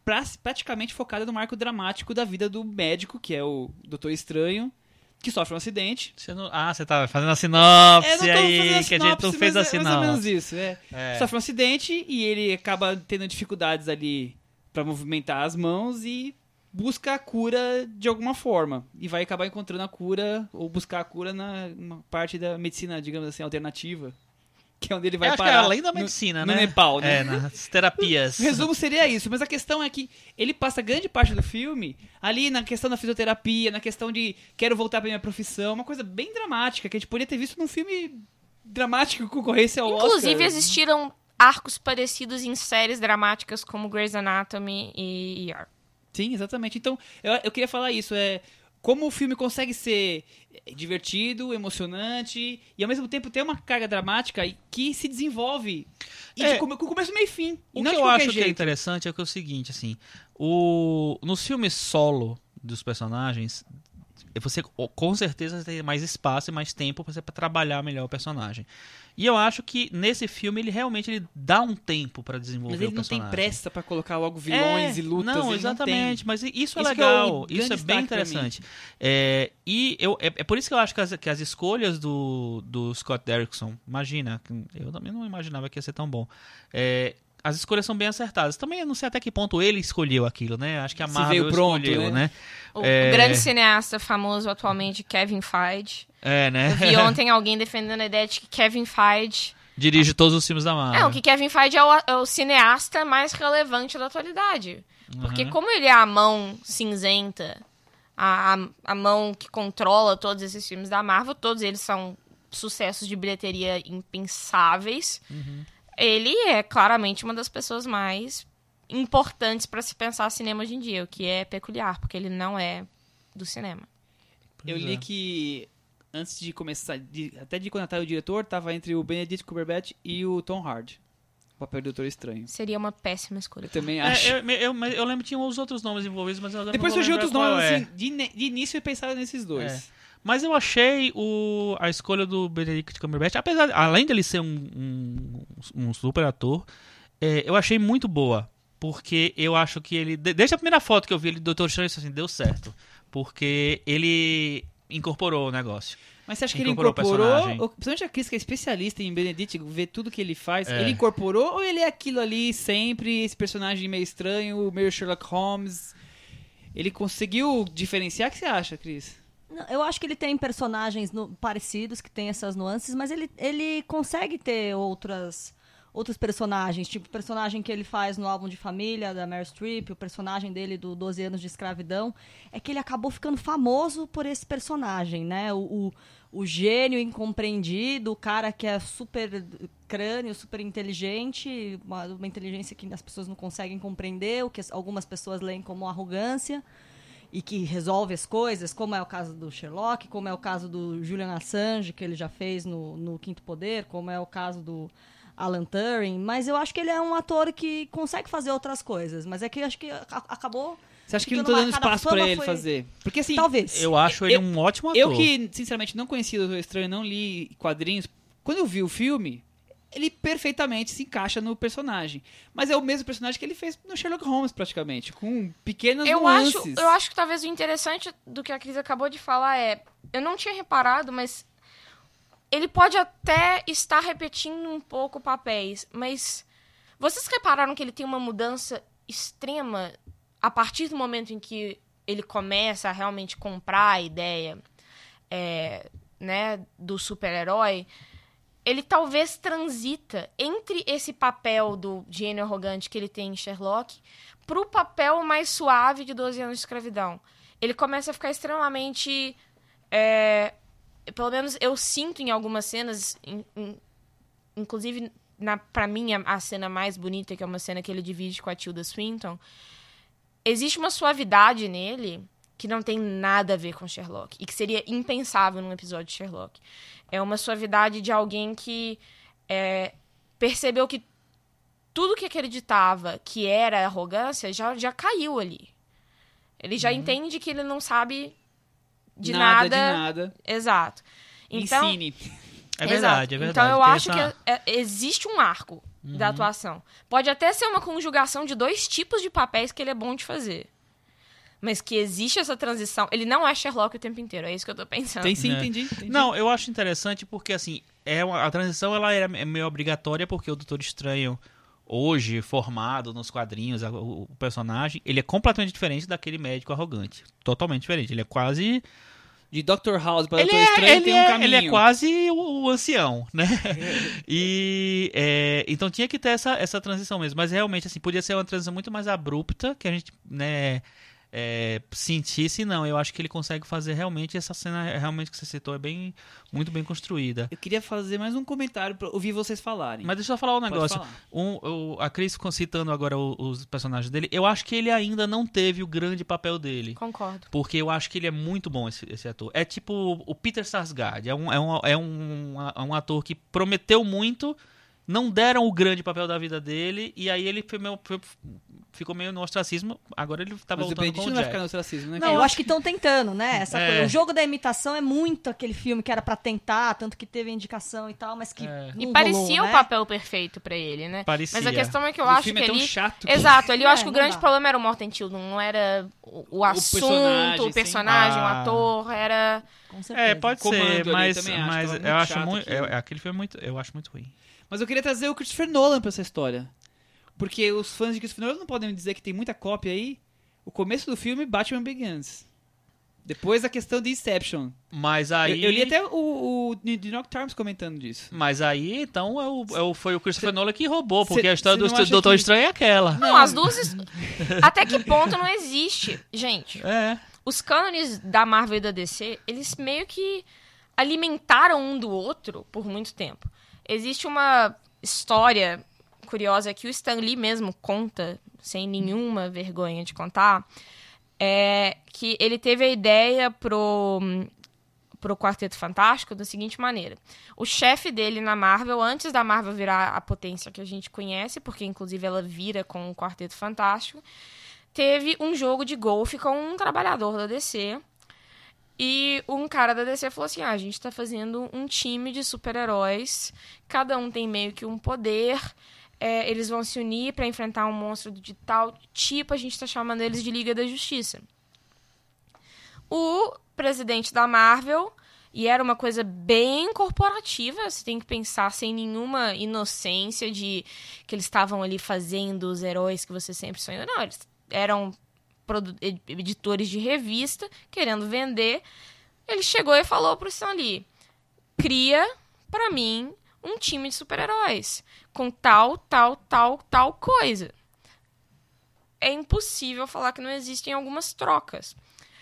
B: praticamente focada no marco dramático da vida do médico, que é o Doutor Estranho, que sofre um acidente.
C: Você tá fazendo a sinopse
B: não tô fazendo
C: aí,
B: a
C: que a gente não fez a
B: sinopse, mais ou menos
C: sinopse.
B: isso, Sofre um acidente e ele acaba tendo dificuldades ali pra movimentar as mãos e busca a cura de alguma forma. E vai acabar encontrando a cura, ou buscar a cura na uma parte da medicina, digamos assim, alternativa. Que é onde ele vai
C: Eu acho
B: parar.
C: que é além da medicina,
B: no
C: né?
B: Nepal, né?
C: É, nas terapias.
B: O resumo seria isso, mas a questão é que ele passa grande parte do filme ali na questão da fisioterapia, na questão de quero voltar pra minha profissão, uma coisa bem dramática, que a gente poderia ter visto num filme dramático com concorrência ao
D: Inclusive,
B: Oscar.
D: existiram arcos parecidos em séries dramáticas como Grey's Anatomy e ER.
B: Sim, exatamente. Então, eu queria falar isso, como o filme consegue ser divertido, emocionante e ao mesmo tempo ter uma carga dramática que se desenvolve com começo, meio e fim.
C: O que eu acho que é interessante é que é o seguinte, assim, nos filmes solo dos personagens, você com certeza tem mais espaço e mais tempo para trabalhar melhor o personagem. E eu acho que nesse filme ele realmente dá um tempo para desenvolver o personagem.
B: Mas ele não tem pressa para colocar logo vilões e lutas.
C: Não, exatamente. Mas isso é
B: Isso
C: legal.
B: que é o
C: Isso é bem interessante. É por isso que eu acho que as escolhas do Scott Derrickson, imagina, eu também não imaginava que ia ser tão bom. As escolhas são bem acertadas. Também eu não sei até que ponto ele escolheu aquilo, né? Acho que a Marvel escolheu, né?
D: O grande cineasta famoso atualmente, Kevin Feige.
C: Né?
D: Eu vi ontem alguém defendendo a ideia de que Kevin Feige
C: dirige todos os filmes da Marvel.
D: que Kevin Feige é o cineasta mais relevante da atualidade. Porque como ele é a mão cinzenta, a mão que controla todos esses filmes da Marvel, todos eles são sucessos de bilheteria impensáveis. Ele é claramente uma das pessoas mais importantes para se pensar cinema hoje em dia, o que é peculiar, porque ele não é do cinema.
B: Eu li que antes de começar, até de contratar o diretor, tava entre o Benedict Cumberbatch e o Tom Hardy, o papel do Doutor Estranho.
D: Seria uma péssima escolha.
B: Eu também acho.
C: Eu lembro que tinha os outros nomes envolvidos, mas eu
B: Depois
C: não
B: surgiu
C: lembro
B: outros
C: qual
B: nomes, assim, de início eu pensava nesses dois.
C: Mas eu achei a escolha do Benedict Cumberbatch, além dele ser um super ator, eu achei muito boa. Porque eu acho que ele... Desde a primeira foto que eu vi ele do Doutor Estranho, assim, deu certo. Porque ele incorporou o negócio.
B: Mas você acha que ele incorporou? Principalmente a Cris, que é especialista em Benedict, ver tudo que ele faz. Ele incorporou ou ele é aquilo ali sempre, esse personagem meio estranho, meio Sherlock Holmes? Ele conseguiu diferenciar? O que você acha, Cris?
E: Não, eu acho que ele tem personagens parecidos, que tem essas nuances, mas ele consegue ter outros personagens, tipo o personagem que ele faz no Álbum de Família, da Meryl Streep, o personagem dele do 12 Anos de Escravidão, é que ele acabou ficando famoso por esse personagem, né? O gênio incompreendido, o cara que é super crânio, super inteligente, uma inteligência que as pessoas não conseguem compreender, o que algumas pessoas leem como arrogância, e que resolve as coisas, como é o caso do Sherlock, como é o caso do Julian Assange, que ele já fez no Quinto Poder, como é o caso do Alan Turing, mas eu acho que ele é um ator que consegue fazer outras coisas, mas é que eu acho que acabou...
B: Você acha que não tá dando espaço pra ele fazer? Porque assim...
E: Talvez.
C: Eu acho ele um ótimo ator.
B: Eu que, sinceramente, não conhecia o Doutor Estranho, não li quadrinhos, quando eu vi o filme, ele perfeitamente se encaixa no personagem. Mas é o mesmo personagem que ele fez no Sherlock Holmes, praticamente, com pequenas nuances.
D: Eu acho que talvez o interessante do que a Cris acabou de falar eu não tinha reparado, mas ele pode até estar repetindo um pouco papéis, mas vocês repararam que ele tem uma mudança extrema a partir do momento em que ele começa a realmente comprar a ideia do super-herói? Ele talvez transita entre esse papel do gênio arrogante que ele tem em Sherlock pro papel mais suave de 12 Anos de Escravidão. Ele começa a ficar extremamente... pelo menos eu sinto em algumas cenas, inclusive pra mim a cena mais bonita, que é uma cena que ele divide com a Tilda Swinton, existe uma suavidade nele que não tem nada a ver com Sherlock e que seria impensável num episódio de Sherlock. É uma suavidade de alguém que percebeu que tudo que acreditava que era arrogância já caiu ali. Ele já entende que ele não sabe de nada.
B: De nada.
D: Exato. Então,
B: Ensine.
C: É verdade, é verdade.
D: Então eu
C: Tem
D: acho
C: essa-
D: que existe um arco da atuação. Pode até ser uma conjugação de 2 tipos de papéis que ele é bom de fazer. Mas que existe essa transição. Ele não é Sherlock o tempo inteiro, é isso que eu tô pensando.
B: Tem sim,
C: É.
B: entendi.
C: Não, eu acho interessante porque, assim, a transição ela é meio obrigatória porque o Doutor Estranho, hoje, formado nos quadrinhos, o personagem, ele é completamente diferente daquele médico arrogante. Totalmente diferente. Ele é quase...
B: De Dr. House para Doutor Estranho tem um caminho.
C: Ele é quase o ancião, né? Então tinha que ter essa transição mesmo. Mas realmente, assim, podia ser uma transição muito mais abrupta, que a gente, né, sentisse. Não, eu acho que ele consegue fazer realmente. Essa cena realmente que você citou é muito bem construída.
B: Eu queria fazer mais um comentário pra ouvir vocês falarem.
C: Mas deixa eu falar um
B: Pode
C: negócio.
B: falar.
C: A Cris citando agora os personagens dele, eu acho que ele ainda não teve o grande papel dele.
D: Concordo.
C: Porque eu acho que ele é muito bom, esse ator. É tipo o Peter Sarsgaard. É um ator que prometeu muito, não deram o grande papel da vida dele, e aí ele ficou meio no ostracismo. Agora ele tá
B: Mas o
C: voltando
B: Benedict
C: com o
B: não vai
C: Jack.
B: ficar no ostracismo, né?
E: Não,
B: cara?
E: eu acho que estão tentando, né? Essa
C: É.
E: coisa. O jogo da imitação é muito aquele filme que era pra tentar, tanto que teve indicação e tal, mas que
C: É.
E: não
D: E
E: rolou,
D: parecia
E: né?
D: o papel perfeito pra ele, né?
C: Parecia.
D: Mas a questão é que eu
B: O
D: acho
B: filme
D: que
B: é tão
D: ali...
B: chato. que-
D: Exato, ali eu acho que o
E: não
D: grande
E: dá.
D: problema era o Morten Tilden, não era o assunto,
B: personagem,
D: o
B: sim.
D: personagem, o
C: Ah.
D: ator, era...
E: Com certeza.
C: Pode
B: Comando
C: ser,
B: ali
C: mas,
B: também acho,
C: mas
B: tava muito
C: eu acho
B: chato
C: muito.
B: aquilo.
C: Aquele filme é muito. Eu acho muito ruim.
B: Mas eu queria trazer o Christopher Nolan pra essa história. Porque os fãs de Christopher Nolan não podem me dizer que tem muita cópia aí. O começo do filme, Batman Begins. Depois a questão de Inception.
C: Mas aí.
B: Eu li até o New York Times comentando disso.
C: Mas aí, então, foi o Christopher Nolan que roubou, porque
B: cê-
C: a história
B: cê não
C: do
B: acha
C: Doutor
B: que-
C: Estranho é aquela.
D: Não, as duas... Até que ponto não existe? Gente,
C: É.
D: os cânones da Marvel e da DC, eles meio que alimentaram um do outro por muito tempo. Existe uma história curiosa que o Stan Lee mesmo conta, sem nenhuma vergonha de contar, que ele teve a ideia pro Quarteto Fantástico da seguinte maneira. O chefe dele na Marvel, antes da Marvel virar a potência que a gente conhece, porque inclusive ela vira com o Quarteto Fantástico, teve um jogo de golfe com um trabalhador da DC. E um cara da DC falou assim, a gente tá fazendo um time de super-heróis, cada um tem meio que um poder, eles vão se unir pra enfrentar um monstro de tal tipo, a gente tá chamando eles de Liga da Justiça. O presidente da Marvel, e era uma coisa bem corporativa, você tem que pensar sem nenhuma inocência de que eles estavam ali fazendo os heróis que você sempre sonhou. Não, eles eram editores de revista, querendo vender. Ele chegou e falou pro Stan Lee, cria pra mim um time de super-heróis com tal coisa. É impossível falar que não existem algumas trocas.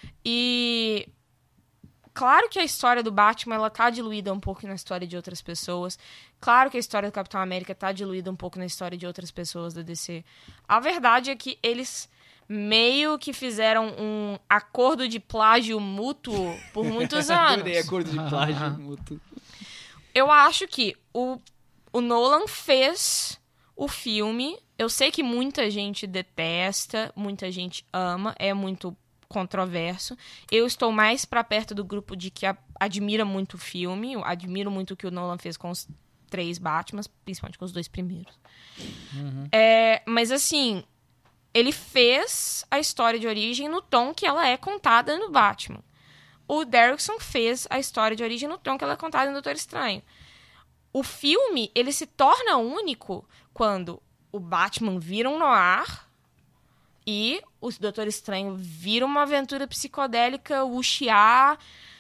D: E claro que a história do Batman ela tá diluída um pouco na história de outras pessoas. Claro que a história do Capitão América tá diluída um pouco na história de outras pessoas da DC. A verdade é que eles meio que fizeram um acordo de plágio mútuo por muitos anos.
B: Adorei acordo de plágio mútuo.
D: Eu acho que o Nolan fez o filme. Eu sei que muita gente detesta, muita gente ama, é muito controverso. Eu estou mais pra perto do grupo de que admira muito o filme. Eu admiro muito o que o Nolan fez com os 3 Batmans, principalmente com os 2 primeiros. Mas assim, ele fez a história de origem no tom que ela é contada no Batman. O Derrickson fez a história de origem no tom que ela é contada no Doutor Estranho. O filme, ele se torna único quando o Batman vira um noir e o Doutor Estranho vira uma aventura psicodélica, wuxia,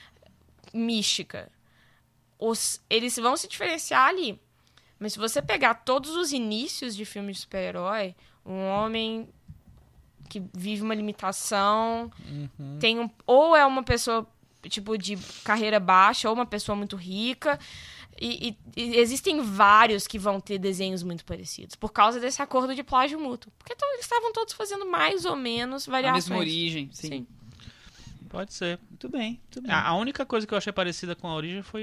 D: mística. Eles vão se diferenciar ali. Mas se você pegar todos os inícios de filmes de super-herói, um homem que vive uma limitação, ou é uma pessoa tipo de carreira baixa, ou uma pessoa muito rica. E existem vários que vão ter desenhos muito parecidos, por causa desse acordo de plágio mútuo. Porque eles estavam todos fazendo mais ou menos
B: A
D: variações.
B: mesma origem, sim.
C: Pode ser.
B: Muito bem, muito bem.
C: A única coisa que eu achei parecida com a origem foi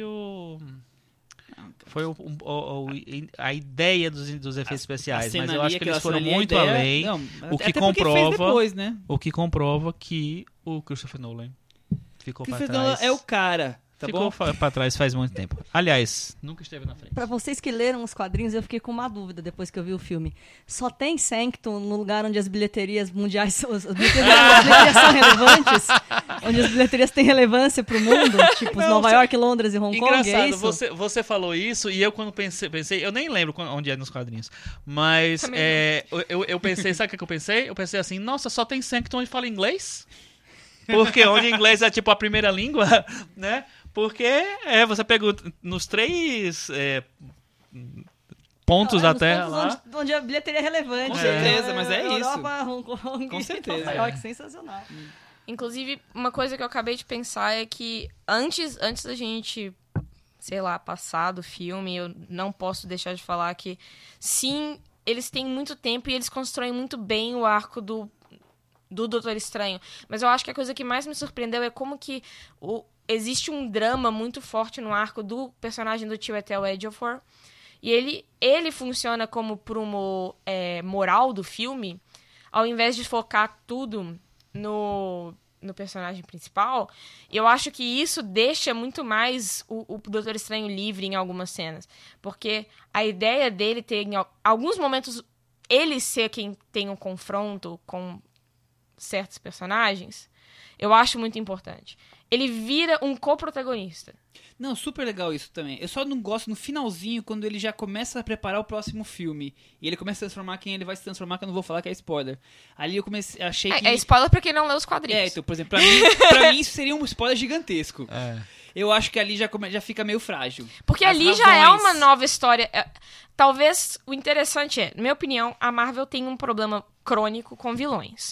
C: a ideia dos efeitos especiais, mas eu acho que eles foram muito além, o que comprova
B: depois, né?
C: o que comprova que o Christopher Nolan ficou para
B: Christopher Nolan
C: trás.
B: é o cara. Tá
C: Ficou
B: bom?
C: pra trás faz muito tempo. Aliás, nunca esteve na frente.
E: Pra vocês que leram os quadrinhos, eu fiquei com uma dúvida depois que eu vi o filme. Só tem Sanctum no lugar onde as bilheterias mundiais as bilheterias são relevantes? Onde as bilheterias têm relevância pro mundo? Tipo,
C: Não,
E: Nova York, Londres e Hong Kong, é
C: Engraçado,
E: isso?
C: você falou isso e eu quando pensei, eu nem lembro onde é nos quadrinhos, mas
D: Também
C: eu pensei, sabe o que eu pensei? Eu pensei assim, nossa, só tem Sanctum onde fala inglês? Porque onde inglês é tipo a primeira língua, né? Porque você pega nos 3 pontos da
E: nos
C: Terra
E: pontos
C: lá.
E: onde a bilheteria é relevante.
B: Com certeza, mas é
E: Europa, Hong Kong,
B: Com certeza.
E: Nova York, sensacional.
D: Inclusive, uma coisa que eu acabei de pensar é que antes da gente, sei lá, passar do filme, eu não posso deixar de falar que, sim, eles têm muito tempo e eles constroem muito bem o arco do Doutor Estranho. Mas eu acho que a coisa que mais me surpreendeu é como que existe um drama muito forte no arco do personagem do Chiwetel Ejiofor. E ele funciona como prumo moral do filme, ao invés de focar tudo no personagem principal. Eu acho que isso deixa muito mais o Doutor Estranho livre em algumas cenas. Porque a ideia dele ter, em alguns momentos, ele ser quem tem um confronto com certos personagens, eu acho muito importante. Ele vira um co-protagonista.
B: Não, super legal isso também. Eu só não gosto no finalzinho, quando ele já começa a preparar o próximo filme. E ele começa a transformar quem ele vai se transformar, que eu não vou falar que é spoiler. Ali eu achei que...
D: É spoiler pra quem não lê os quadrinhos.
B: Então, por exemplo, pra mim isso seria um spoiler gigantesco. Eu acho que ali já fica meio frágil.
D: Porque
B: As
D: ali já é
B: razões.
D: uma nova história. Talvez o interessante na minha opinião, a Marvel tem um problema crônico com vilões.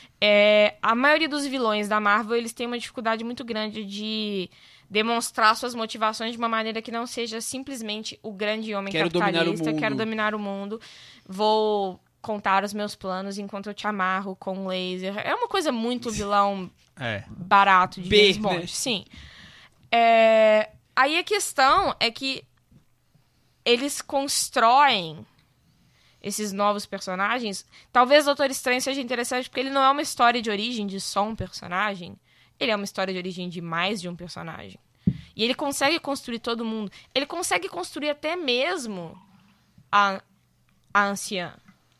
D: A maioria dos vilões da Marvel, eles têm uma dificuldade muito grande de demonstrar suas motivações de uma maneira que não seja simplesmente o grande homem
B: Quero dominar o
D: capitalista,
B: mundo.
D: quero dominar o mundo, vou contar os meus planos enquanto eu te amarro com um laser. É uma coisa muito vilão barato de James Bond.
B: né?
D: Sim. Aí a questão é que eles constroem esses novos personagens. Talvez o Doutor Estranho seja interessante porque ele não é uma história de origem de só um personagem. Ele é uma história de origem de mais de um personagem. E ele consegue construir todo mundo. Ele consegue construir até mesmo a anciã.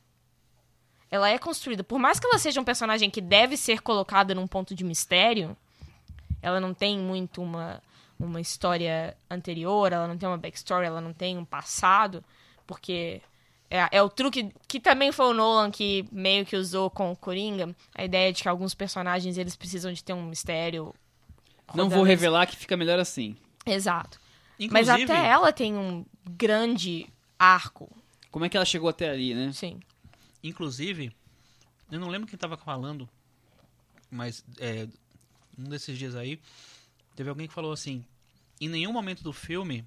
D: Ela é construída. Por mais que ela seja um personagem que deve ser colocada num ponto de mistério, ela não tem muito uma história anterior, ela não tem uma backstory, ela não tem um passado, porque é o truque que também foi o Nolan que meio que usou com o Coringa, a ideia de que alguns personagens eles precisam de ter um mistério.
B: Não vou revelar, que fica melhor assim.
D: Exato.
C: Inclusive,
D: Mas até ela tem um grande arco,
B: Como é que ela chegou até ali, né?
D: sim.
C: inclusive, eu não lembro quem tava falando, mas um desses dias aí, teve alguém que falou assim, em nenhum momento do filme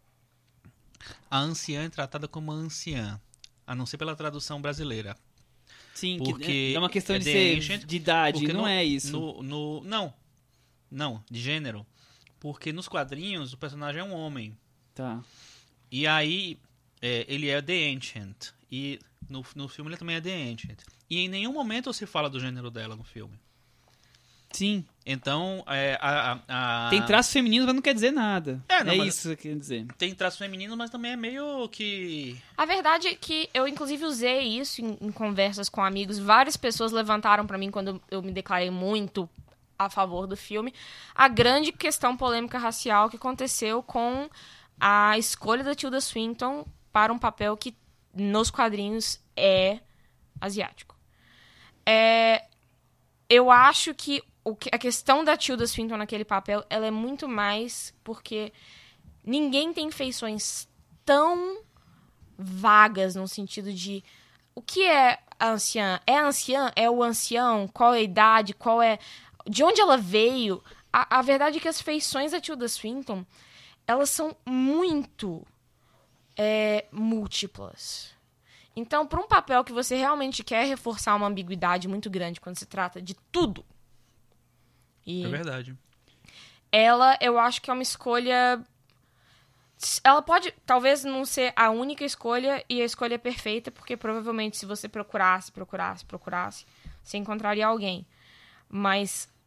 C: a anciã é tratada como anciã, a não ser pela tradução brasileira.
B: Sim,
C: Porque
B: que é uma questão
C: é
B: de
C: The
B: ser
C: Ancient,
B: de idade,
C: porque
B: não é isso.
C: Não, de gênero. Porque nos quadrinhos o personagem é um homem.
B: Tá.
C: E aí ele é The Ancient. E no filme ele também é The Ancient. E em nenhum momento se fala do gênero dela no filme.
B: Sim.
C: Então,
B: Tem traços femininos, mas não quer dizer nada.
C: Não, mas-
B: isso que quer dizer.
C: Tem traço feminino, mas também é meio que...
D: A verdade é que eu, inclusive, usei isso em conversas com amigos. Várias pessoas levantaram pra mim quando eu me declarei muito a favor do filme. A grande questão polêmica racial que aconteceu com a escolha da Tilda Swinton para um papel que, nos quadrinhos, é asiático. Eu acho que a questão da Tilda Swinton naquele papel, ela é muito mais porque ninguém tem feições tão vagas no sentido de o que é a anciã? É a anciã? É o ancião? Qual é a idade? De onde ela veio? A verdade é que as feições da Tilda Swinton, elas são muito múltiplas. Então, para um papel que você realmente quer reforçar uma ambiguidade muito grande quando se trata de tudo, e
C: É verdade.
D: ela, eu acho que é uma escolha... Ela pode, talvez, não ser a única escolha e a escolha perfeita, porque provavelmente se você procurasse, você encontraria alguém. Mas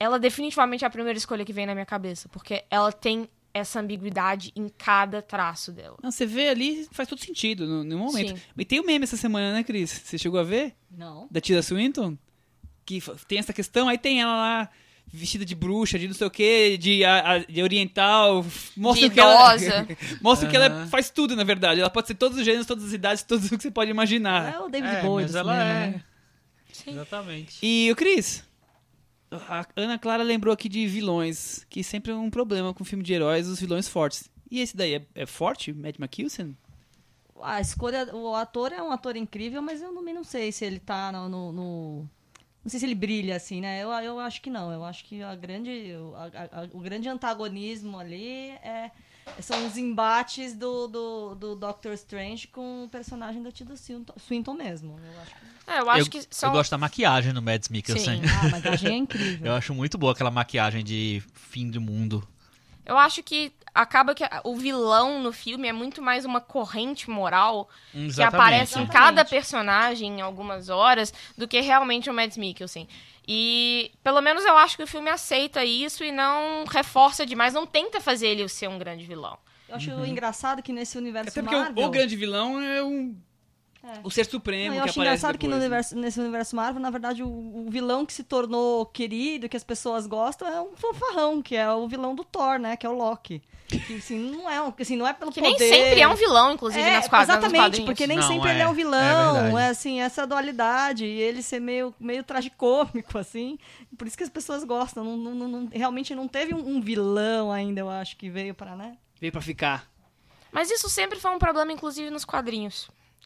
D: ela definitivamente é a primeira escolha que vem na minha cabeça, porque ela tem essa ambiguidade em cada traço dela.
B: Não, você vê ali, faz todo sentido no momento.
D: Sim.
B: E tem o meme essa semana, né, Cris? Você chegou a ver?
E: Não.
B: Da Tilda Swinton? Que tem essa questão, aí tem ela lá, vestida de bruxa, de não sei o quê, de oriental. Mostra
D: De
B: que ela,
D: idosa.
B: mostra que ela faz tudo, na verdade. Ela pode ser todos os gêneros, todas as idades, tudo o que você pode imaginar.
E: É o David Bowie.
C: Mas
E: do
C: ela
E: cinema,
C: é.
E: né?
C: Exatamente.
B: E o Cris, a Ana Clara lembrou aqui de vilões, que sempre é um problema com filme de heróis, os vilões fortes. E esse daí é forte? Matt Mikkelsen?
E: A escolha, o ator é um ator incrível, mas eu não sei se ele tá no não sei se ele brilha assim, né? Eu acho que não. Eu acho que o grande antagonismo ali são os embates do Doctor Strange com o personagem da Tilda Swinton mesmo.
D: Eu acho que são...
C: Eu gosto da maquiagem no Mads Mikkelsen.
D: Sim.
E: A maquiagem é incrível.
C: Eu acho muito boa aquela maquiagem de fim do mundo.
D: Eu acho que acaba que o vilão no filme é muito mais uma corrente moral que aparece em cada personagem em algumas horas do que realmente o Mads Mikkelsen. E pelo menos eu acho que o filme aceita isso e não reforça demais, não tenta fazer ele ser um grande vilão.
E: Eu acho engraçado que nesse universo
B: Até porque
E: Marvel...
B: o grande vilão é o Ser Supremo,
E: eu
B: que
E: acho
B: aparece
E: engraçado
B: depois,
E: que nesse universo Marvel, na verdade, o vilão que se tornou querido, que as pessoas gostam, é um fanfarrão, que é o vilão do Thor, né? Que é o Loki. Que, assim, não é pelo
D: Que
E: poder...
D: nem sempre é um vilão, inclusive, nas quadras.
E: Exatamente, porque nem
C: Não,
E: sempre ele é um vilão. É assim, essa dualidade. E ele ser meio tragicômico, assim. Por isso que as pessoas gostam. Realmente não teve um vilão ainda, eu acho, que veio pra, né?
B: Veio pra ficar.
D: Mas isso sempre foi um problema, inclusive, nos quadrinhos.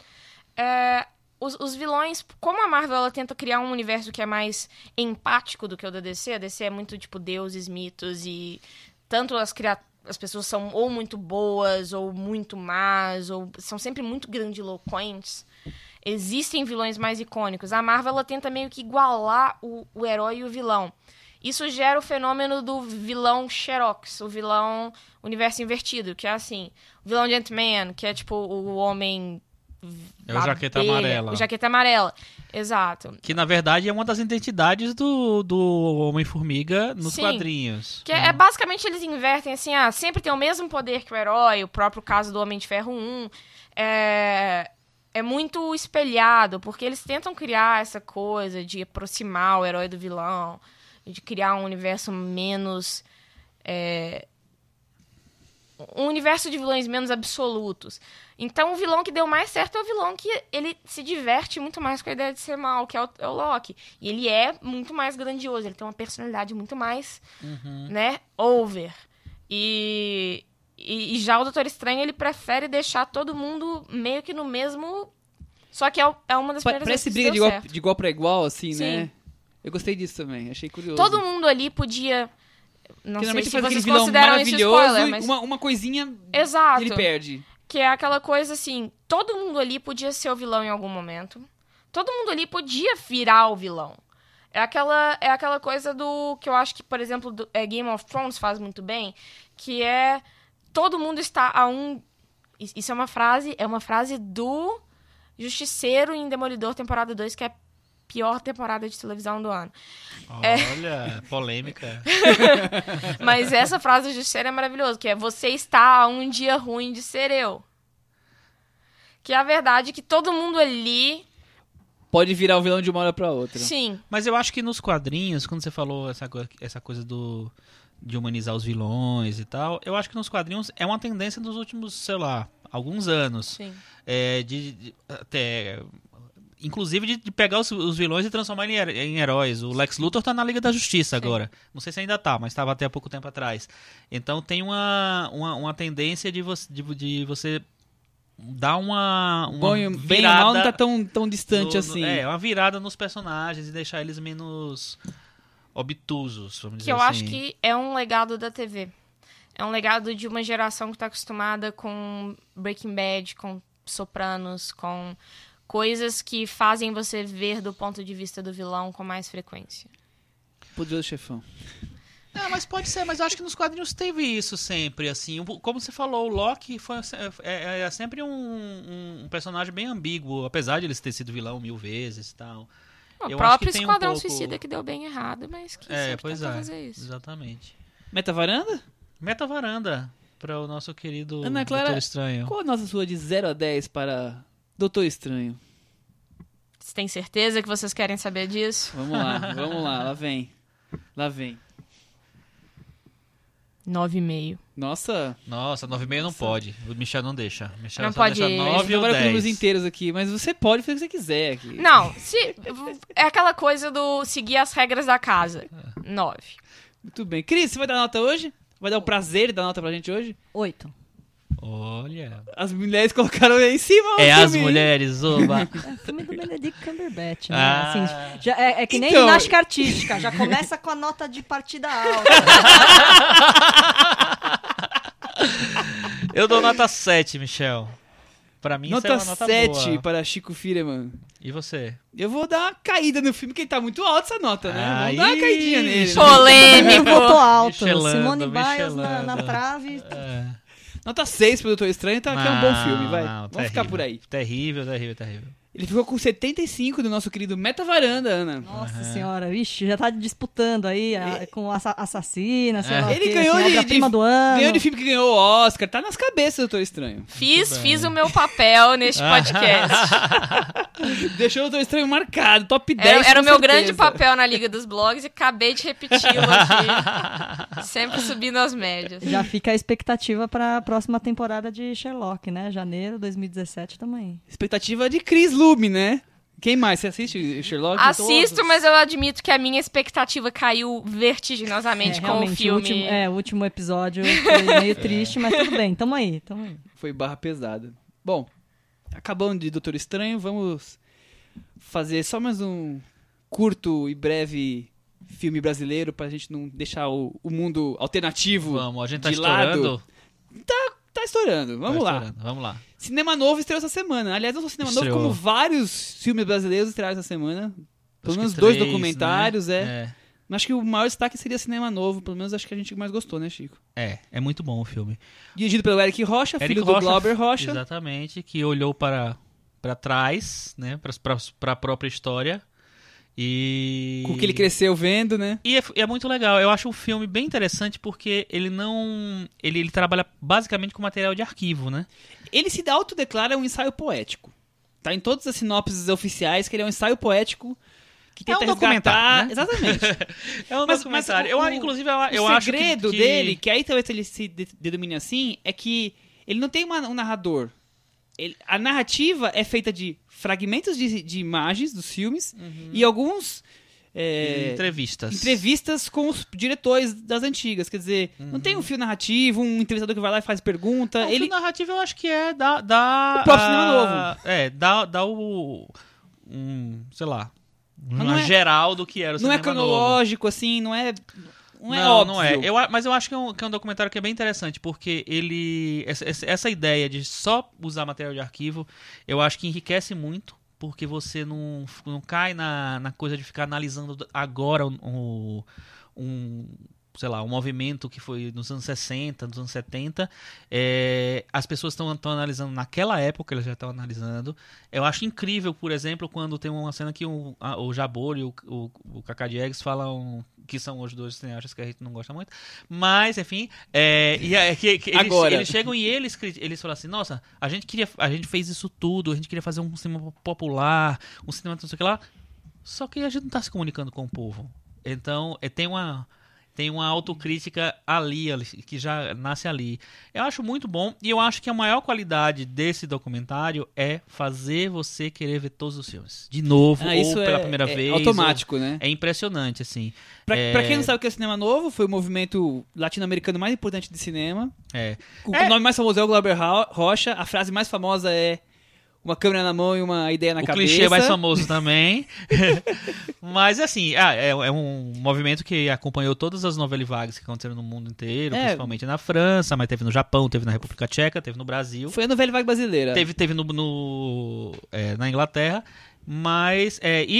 D: Os vilões, como a Marvel ela tenta criar um universo que é mais empático do que o da DC, a DC é muito tipo deuses, mitos e tanto as pessoas são ou muito boas ou muito más, ou são sempre muito grandiloquentes. Existem vilões mais icônicos. A Marvel ela tenta meio que igualar o herói e o vilão. Isso gera o fenômeno do vilão Xerox, o vilão universo invertido, que é assim, o vilão de Ant-Man, que é tipo o homem...
C: É o Jaqueta Amarela.
D: O Jaqueta Amarela, exato.
C: Que, na verdade, é uma das identidades do Homem-Formiga nos
D: Sim.
C: quadrinhos.
D: Que é basicamente eles invertem assim, sempre tem o mesmo poder que o herói, o próprio caso do Homem de Ferro 1. É muito espelhado, porque eles tentam criar essa coisa de aproximar o herói do vilão, de criar um universo menos... um universo de vilões menos absolutos. Então, o vilão que deu mais certo é o vilão que ele se diverte muito mais com a ideia de ser mal, que é o Loki. E ele é muito mais grandioso, ele tem uma personalidade muito mais, né, over. E já o Doutor Estranho, ele prefere deixar todo mundo meio que no mesmo... Só que é uma das primeiras vezes
B: Parece
D: que
B: briga
D: deu certo.
B: de igual pra igual, assim,
D: Sim.
B: né? Eu gostei disso também, achei curioso.
D: Todo mundo ali podia... Não sei
B: Normalmente
D: se
B: faz aquele
D: vocês
B: vilão
D: consideram isso
B: maravilhoso
D: spoiler,
B: e
D: mas...
B: uma coisinha
D: Exato.
B: ele perde.
D: Que é aquela coisa assim, todo mundo ali podia ser o vilão em algum momento. Todo mundo ali podia virar o vilão. É aquela coisa do... Que eu acho que, por exemplo, Game of Thrones faz muito bem. Que é... Todo mundo está a um... Isso é uma frase do Justiceiro em Demolidor temporada 2, que é a pior temporada de televisão do ano.
C: Olha, polêmica.
D: Mas essa frase do Justiceiro é maravilhosa, que é você está a um dia ruim de ser eu. Que é a verdade que todo mundo ali...
B: Pode virar o vilão de uma hora pra outra.
D: Sim.
C: Mas eu acho que nos quadrinhos, quando você falou essa coisa de humanizar os vilões e tal, eu acho que nos quadrinhos é uma tendência dos últimos, sei lá, alguns anos.
D: Sim.
C: Inclusive de pegar os vilões e transformar em heróis. O Lex Luthor tá na Liga da Justiça agora. Não sei se ainda tá, mas estava até há pouco tempo atrás. Então tem uma tendência de você dar uma
B: Bem ou mal não tá tão distante assim.
C: Uma virada nos personagens e deixar eles menos obtusos, vamos dizer
D: Que eu
C: assim.
D: acho que é um legado da TV. É um legado de uma geração que tá acostumada com Breaking Bad, com Sopranos, com coisas que fazem você ver do ponto de vista do vilão com mais frequência.
B: Poderoso Chefão.
C: Mas pode ser, mas eu acho que nos quadrinhos teve isso sempre, assim. Como você falou, o Loki é sempre um personagem bem ambíguo, apesar de ele ter sido vilão 1000 vezes e tal.
D: O
C: Eu
D: próprio
C: acho que tem um
D: Esquadrão
C: pouco-
D: Suicida que deu bem errado, mas que sempre
C: Pois
D: tentou
C: é,
D: fazer isso.
C: exatamente.
B: Meta varanda?
C: Meta varanda para o nosso querido
B: Ana Clara,
C: Doutor Estranho.
B: qual a nota sua de 0 a 10 para Doutor Estranho?
D: Você tem certeza que vocês querem saber disso?
B: Vamos lá, lá vem.
D: 9,5.
B: Nossa,
C: Nossa, 9,5 não pode. O Michel não deixa. O Michel
D: Não
C: só
D: pode-
C: deixa
D: a gente
C: 9 ou
B: trabalha com
C: 10.
B: números inteiros aqui, mas você pode fazer o que você quiser aqui.
D: Não, é aquela coisa do seguir as regras da casa. 9.
B: Muito bem. Cris, você vai dar nota hoje? Vai dar o prazer de dar nota pra gente hoje?
E: 8.
C: Olha.
B: As mulheres colocaram aí em cima. o
C: É as
B: filme.
C: mulheres, oba.
E: É o filme do Benedict Cumberbatch, né?
C: Ah.
E: Assim, já é que nem
B: Então-
E: ginástica artística, já começa com a nota de partida alta.
C: Eu dou nota 7, Michel. Pra mim, isso é
B: Nota
C: uma nota
B: 7
C: boa.
B: para Chico Firman.
C: E você?
B: Eu vou dar uma caída no filme, porque tá muito alto essa nota, né?
C: Aí,
B: Vamos dar uma caidinha nele. né?
D: Polêmico.
E: Votou alto.
C: Michelando,
E: Simone Biles na
C: Michelando.
E: trave.
C: É.
B: Nota 6 pro Doutor Estranho, tá? Que é um bom filme, vai.
C: Não,
B: Vamos ficar por aí.
C: Terrível.
B: Ele ficou com 75 do nosso querido Meta Varanda, Ana.
E: Nossa senhora, vixe, já tá disputando aí com assassina, sei lá o
B: Ele
E: quê,
B: ganhou
E: assim,
B: de
E: obra-prima do ano.
B: Ganhou de filme que ganhou o Oscar, tá nas cabeças do Doutor Estranho.
D: Fiz o meu papel neste podcast.
B: Deixou o Doutor Estranho marcado, top 10.
D: Era o
B: com
D: meu
B: certeza.
D: grande papel na Liga dos Blogs e acabei de repeti-lo aqui. Sempre subindo as médias.
E: Já fica a expectativa pra próxima temporada de Sherlock, né? Janeiro 2017 também.
B: Expectativa de Chris Lume, né? Quem mais? Você assiste Sherlock?
D: Assisto,
B: Todos?
D: mas eu admito que a minha expectativa caiu vertiginosamente com o
E: realmente,
D: filme.
E: o último episódio foi meio triste, mas tudo bem, tamo aí.
B: Foi barra pesada. Bom, acabando de Doutor Estranho, vamos fazer só mais um curto e breve filme brasileiro pra gente não deixar o mundo alternativo
C: Vamos, a gente tá
B: de lado.
C: estourando.
B: Tá estourando, vamos
C: Tá
B: lá.
C: estourando, vamos lá.
B: Cinema Novo estreou essa semana. Aliás, não só Cinema Novo,
C: Estreou.
B: como vários filmes brasileiros estrearam essa semana. Pelo
C: Acho
B: menos
C: que
B: 2
C: 3,
B: documentários,
C: né?
B: Mas acho que o maior destaque seria Cinema Novo. Pelo menos acho que a gente mais gostou, né, Chico?
C: É muito bom o filme.
B: Dirigido pelo Eric Rocha,
C: Eric
B: filho do
C: Rocha,
B: Glauber Rocha.
C: Exatamente, que olhou para trás, né, para a própria história. E
B: Com o que ele cresceu vendo, né?
C: E é muito legal. Eu acho um filme bem interessante porque ele não. Ele trabalha basicamente com material de arquivo, né?
B: Ele se autodeclara um ensaio poético. Tá em todas as sinopses oficiais que ele é um ensaio poético que tenta
C: um documentário, né?
B: Exatamente.
C: É um documentário. Inclusive, eu
B: o
C: acho
B: segredo
C: que
B: dele, que aí talvez ele se denomine assim, é que ele não tem um narrador. A narrativa é feita de fragmentos de imagens dos filmes e alguns entrevistas com os diretores das antigas. Quer dizer, não tem um fio narrativo, um entrevistador que vai lá e faz pergunta.
C: O fio narrativo eu acho que é da
B: O próprio Cinema Novo.
C: Dá sei lá,
B: não
C: uma
B: é-
C: geral do que era o
B: Não é
C: cinema novo.
B: cronológico, assim, não é
C: Não,
B: óbvio.
C: não é. Mas eu acho que é um documentário que é bem interessante, porque essa ideia de só usar material de arquivo, eu acho que enriquece muito, porque você não cai na coisa de ficar analisando agora sei lá, um movimento que foi nos anos 60, nos anos 70. As pessoas estão analisando naquela época, elas já estão analisando. Eu acho incrível, por exemplo, quando tem uma cena que o Jabor e o Cacá Diegues falam, que são os dois cineastas que a gente não gosta muito, mas, enfim, eles chegam e eles falam assim, nossa, a gente fez isso tudo, a gente queria fazer um cinema popular, um cinema não sei o que lá, só que a gente não está se comunicando com o povo. Então, tem uma autocrítica ali, que já nasce ali. Eu acho muito bom, e eu acho que a maior qualidade desse documentário é fazer você querer ver todos os filmes. De novo, ou pela primeira vez.
B: Automático, né?
C: É impressionante, assim.
B: Pra quem não sabe o que é Cinema Novo, foi o movimento latino-americano mais importante de cinema. O nome mais famoso é o Glauber Rocha. A frase mais famosa é uma câmera na mão e uma ideia na cabeça.
C: O clichê mais famoso também. Mas, assim, é um movimento que acompanhou todas as novelas vagas que aconteceram no mundo inteiro, principalmente na França, mas teve no Japão, teve na República Tcheca, teve no Brasil.
B: Foi a novela vaga brasileira.
C: Teve na Inglaterra. Mas,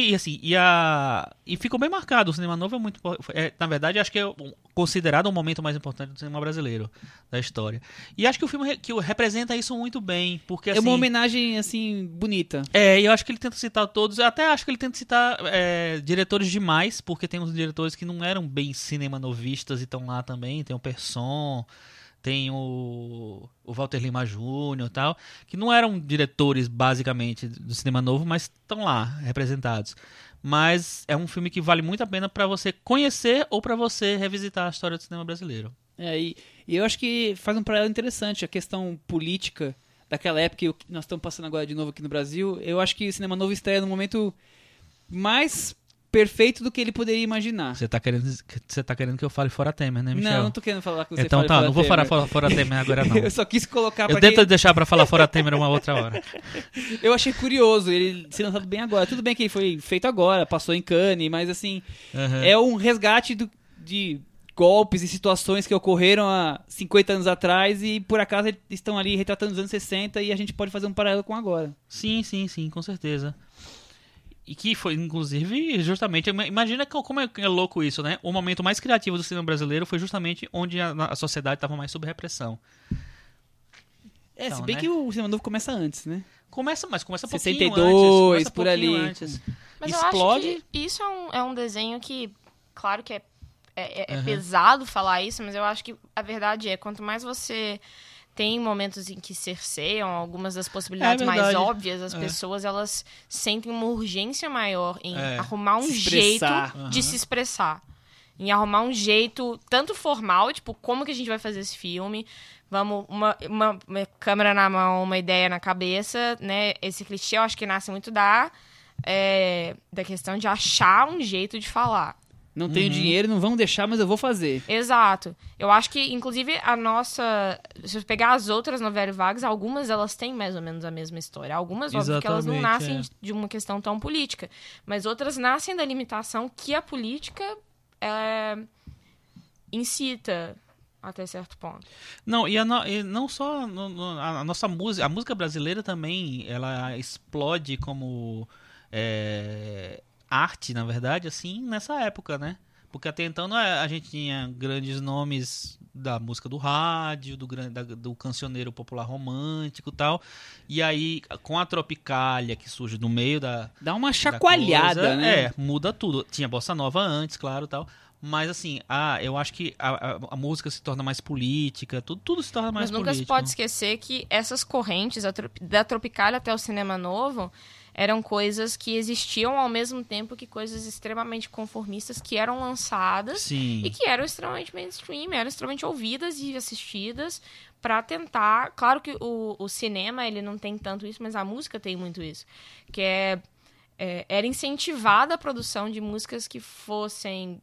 C: e ficou bem marcado. O cinema novo é muito... na verdade, acho que é considerado o momento mais importante do cinema brasileiro, da história. E acho que o filme que representa isso muito bem, porque assim...
B: É uma homenagem, assim, bonita.
C: Eu acho que ele tenta citar todos, eu até acho que ele tenta citar diretores demais, porque tem uns diretores que não eram bem cinemanovistas e estão lá também, tem o Persson... Tem o Walter Lima Jr. e tal, que não eram diretores, basicamente, do cinema novo, mas estão lá, representados. Mas é um filme que vale muito a pena para você conhecer ou para você revisitar a história do cinema brasileiro.
B: E eu acho que faz um paralelo interessante, a questão política daquela época que nós estamos passando agora de novo aqui no Brasil. Eu acho que o cinema novo estreia no momento mais perfeito do que ele poderia imaginar.
C: Você tá querendo que eu fale fora Temer, né, Michel?
B: Não tô querendo falar com você.
C: Então
B: fale fora
C: não vou
B: Temer.
C: falar fora Temer agora não.
B: Eu só quis colocar
C: Eu tento deixar pra falar fora Temer uma outra hora.
B: Eu achei curioso ele ser lançado bem agora. Tudo bem que ele foi feito agora, passou em Cannes, mas assim, é um resgate de golpes e situações que ocorreram há 50 anos atrás e por acaso estão ali retratando os anos 60 e a gente pode fazer um paralelo com agora.
C: Sim, com certeza. E que foi, inclusive, justamente... Imagina como é louco isso, né? O momento mais criativo do cinema brasileiro foi justamente onde a sociedade estava mais sob repressão.
B: Se bem que o cinema novo começa antes, né?
C: Começa pouquinho
B: 62,
C: antes.
B: por ali.
C: Antes.
D: Mas
C: Explode.
D: eu acho que isso é um desenho que, claro que é pesado falar isso, mas eu acho que a verdade é, quanto mais você... Tem momentos em que cerceiam algumas das possibilidades mais óbvias, as pessoas elas sentem uma urgência maior em arrumar um jeito de se expressar. Em arrumar um jeito, tanto formal, tipo, como que a gente vai fazer esse filme? Vamos, uma câmera na mão, uma ideia na cabeça, né? Esse clichê eu acho que nasce muito da questão de achar um jeito de falar.
B: Não tenho dinheiro, não vão deixar, mas eu vou fazer.
D: Exato. Eu acho que, inclusive, se você pegar as outras novelas vagas, algumas elas têm mais ou menos a mesma história. Algumas, óbvio, que elas não nascem de uma questão tão política. Mas outras nascem da limitação que a política incita até certo ponto.
C: Não, e não só a nossa música, a música brasileira também, ela explode como... arte, na verdade, assim, nessa época, né? Porque até então a gente tinha grandes nomes da música do rádio, do cancioneiro popular romântico e tal. E aí, com a Tropicália, que surge no meio da...
B: Dá uma chacoalhada, né?
C: Muda tudo. Tinha bossa nova antes, claro, tal. Mas, assim, eu acho que a música se torna mais política, tudo se torna mais político.
D: Mas nunca se pode esquecer que essas correntes, da Tropicália até o cinema novo... eram coisas que existiam ao mesmo tempo que coisas extremamente conformistas que eram lançadas.
C: Sim.
D: E que eram extremamente mainstream, eram extremamente ouvidas e assistidas para tentar... Claro que o cinema ele não tem tanto isso, mas a música tem muito isso. Que era incentivada a produção de músicas que fossem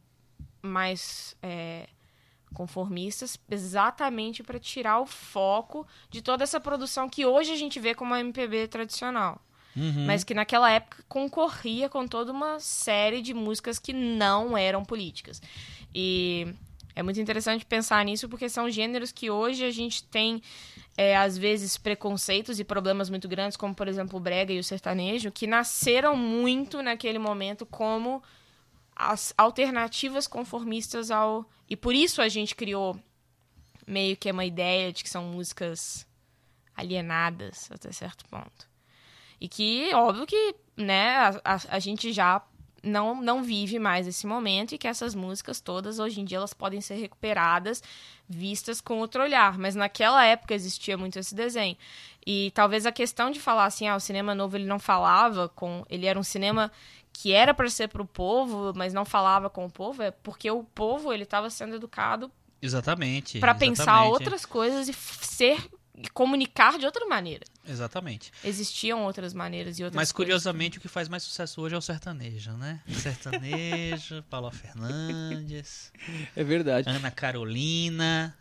D: mais conformistas, exatamente para tirar o foco de toda essa produção que hoje a gente vê como a MPB tradicional. Mas que naquela época concorria com toda uma série de músicas que não eram políticas. E é muito interessante pensar nisso, porque são gêneros que hoje a gente tem, às vezes, preconceitos e problemas muito grandes, como, por exemplo, o brega e o sertanejo, que nasceram muito naquele momento como as alternativas conformistas ao... E por isso a gente criou meio que uma ideia de que são músicas alienadas até certo ponto. E que, óbvio que, né, a gente já não vive mais esse momento e que essas músicas todas, hoje em dia, elas podem ser recuperadas, vistas com outro olhar. Mas naquela época existia muito esse desenho. E talvez a questão de falar assim, o cinema novo, ele não falava com... Ele era um cinema que era para ser para o povo, mas não falava com o povo, é porque o povo, ele estava sendo educado...
C: Exatamente.
D: Para pensar outras coisas e comunicar de outra maneira.
C: Exatamente.
D: Existiam outras maneiras e outras
C: Mas,
D: coisas.
C: curiosamente, o que faz mais sucesso hoje é o sertanejo, né? Sertanejo, Paula Fernandes...
B: É verdade.
C: Ana Carolina...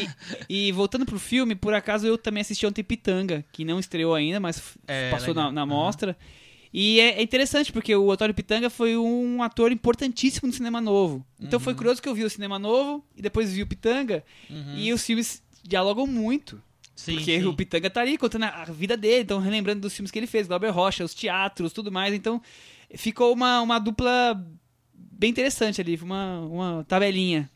B: E voltando pro filme, por acaso eu também assisti ontem Pitanga, que não estreou ainda, mas passou na mostra. E é interessante, porque o Otávio Pitanga foi um ator importantíssimo no cinema novo. Então foi curioso que eu vi o cinema novo, e depois vi o Pitanga, e os filmes dialogam muito.
C: Sim,
B: Porque
C: sim.
B: o Pitanga tá ali contando a vida dele, então relembrando dos filmes que ele fez, Glauber Rocha, os teatros, tudo mais. Então ficou uma dupla bem interessante ali, uma tabelinha.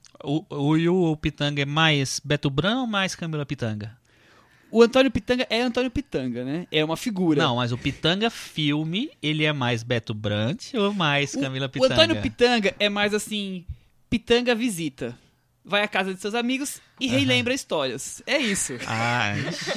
C: O Pitanga é mais Beto Bran ou mais Camila Pitanga?
B: O Antônio Pitanga é Antônio Pitanga, né? É uma figura.
C: Não, mas o Pitanga filme, ele é mais Beto Brant ou mais Camila
B: O
C: Pitanga?
B: Antônio Pitanga é mais assim, Pitanga visita. Vai à casa de seus amigos e relembra histórias. É isso.
C: Ah,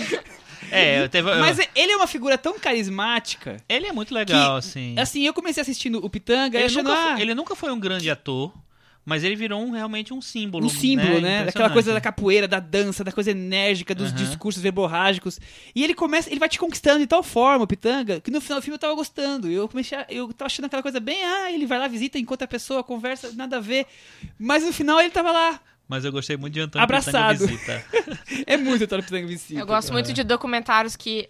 C: teve...
B: Mas ele é uma figura tão carismática.
C: Ele é muito legal,
B: que,
C: assim.
B: Assim, eu comecei assistindo o Pitanga achando...
C: Ele nunca foi um grande ator, mas ele virou realmente um símbolo.
B: Um símbolo, né? Daquela coisa da
C: Impressionante.
B: capoeira, da dança, da coisa enérgica, dos
C: Aham.
B: discursos verborrágicos. E ele vai te conquistando de tal forma, o Pitanga, que no final do filme eu tava gostando. Eu tava achando aquela coisa bem, ele vai lá, visita, encontra a pessoa, conversa, nada a ver. Mas no final ele tava lá,
C: Mas eu gostei muito de Antônio
B: abraçado.
C: Pitanga Visita.
B: É muito Antônio Pitanga visita.
D: Eu gosto muito de documentários que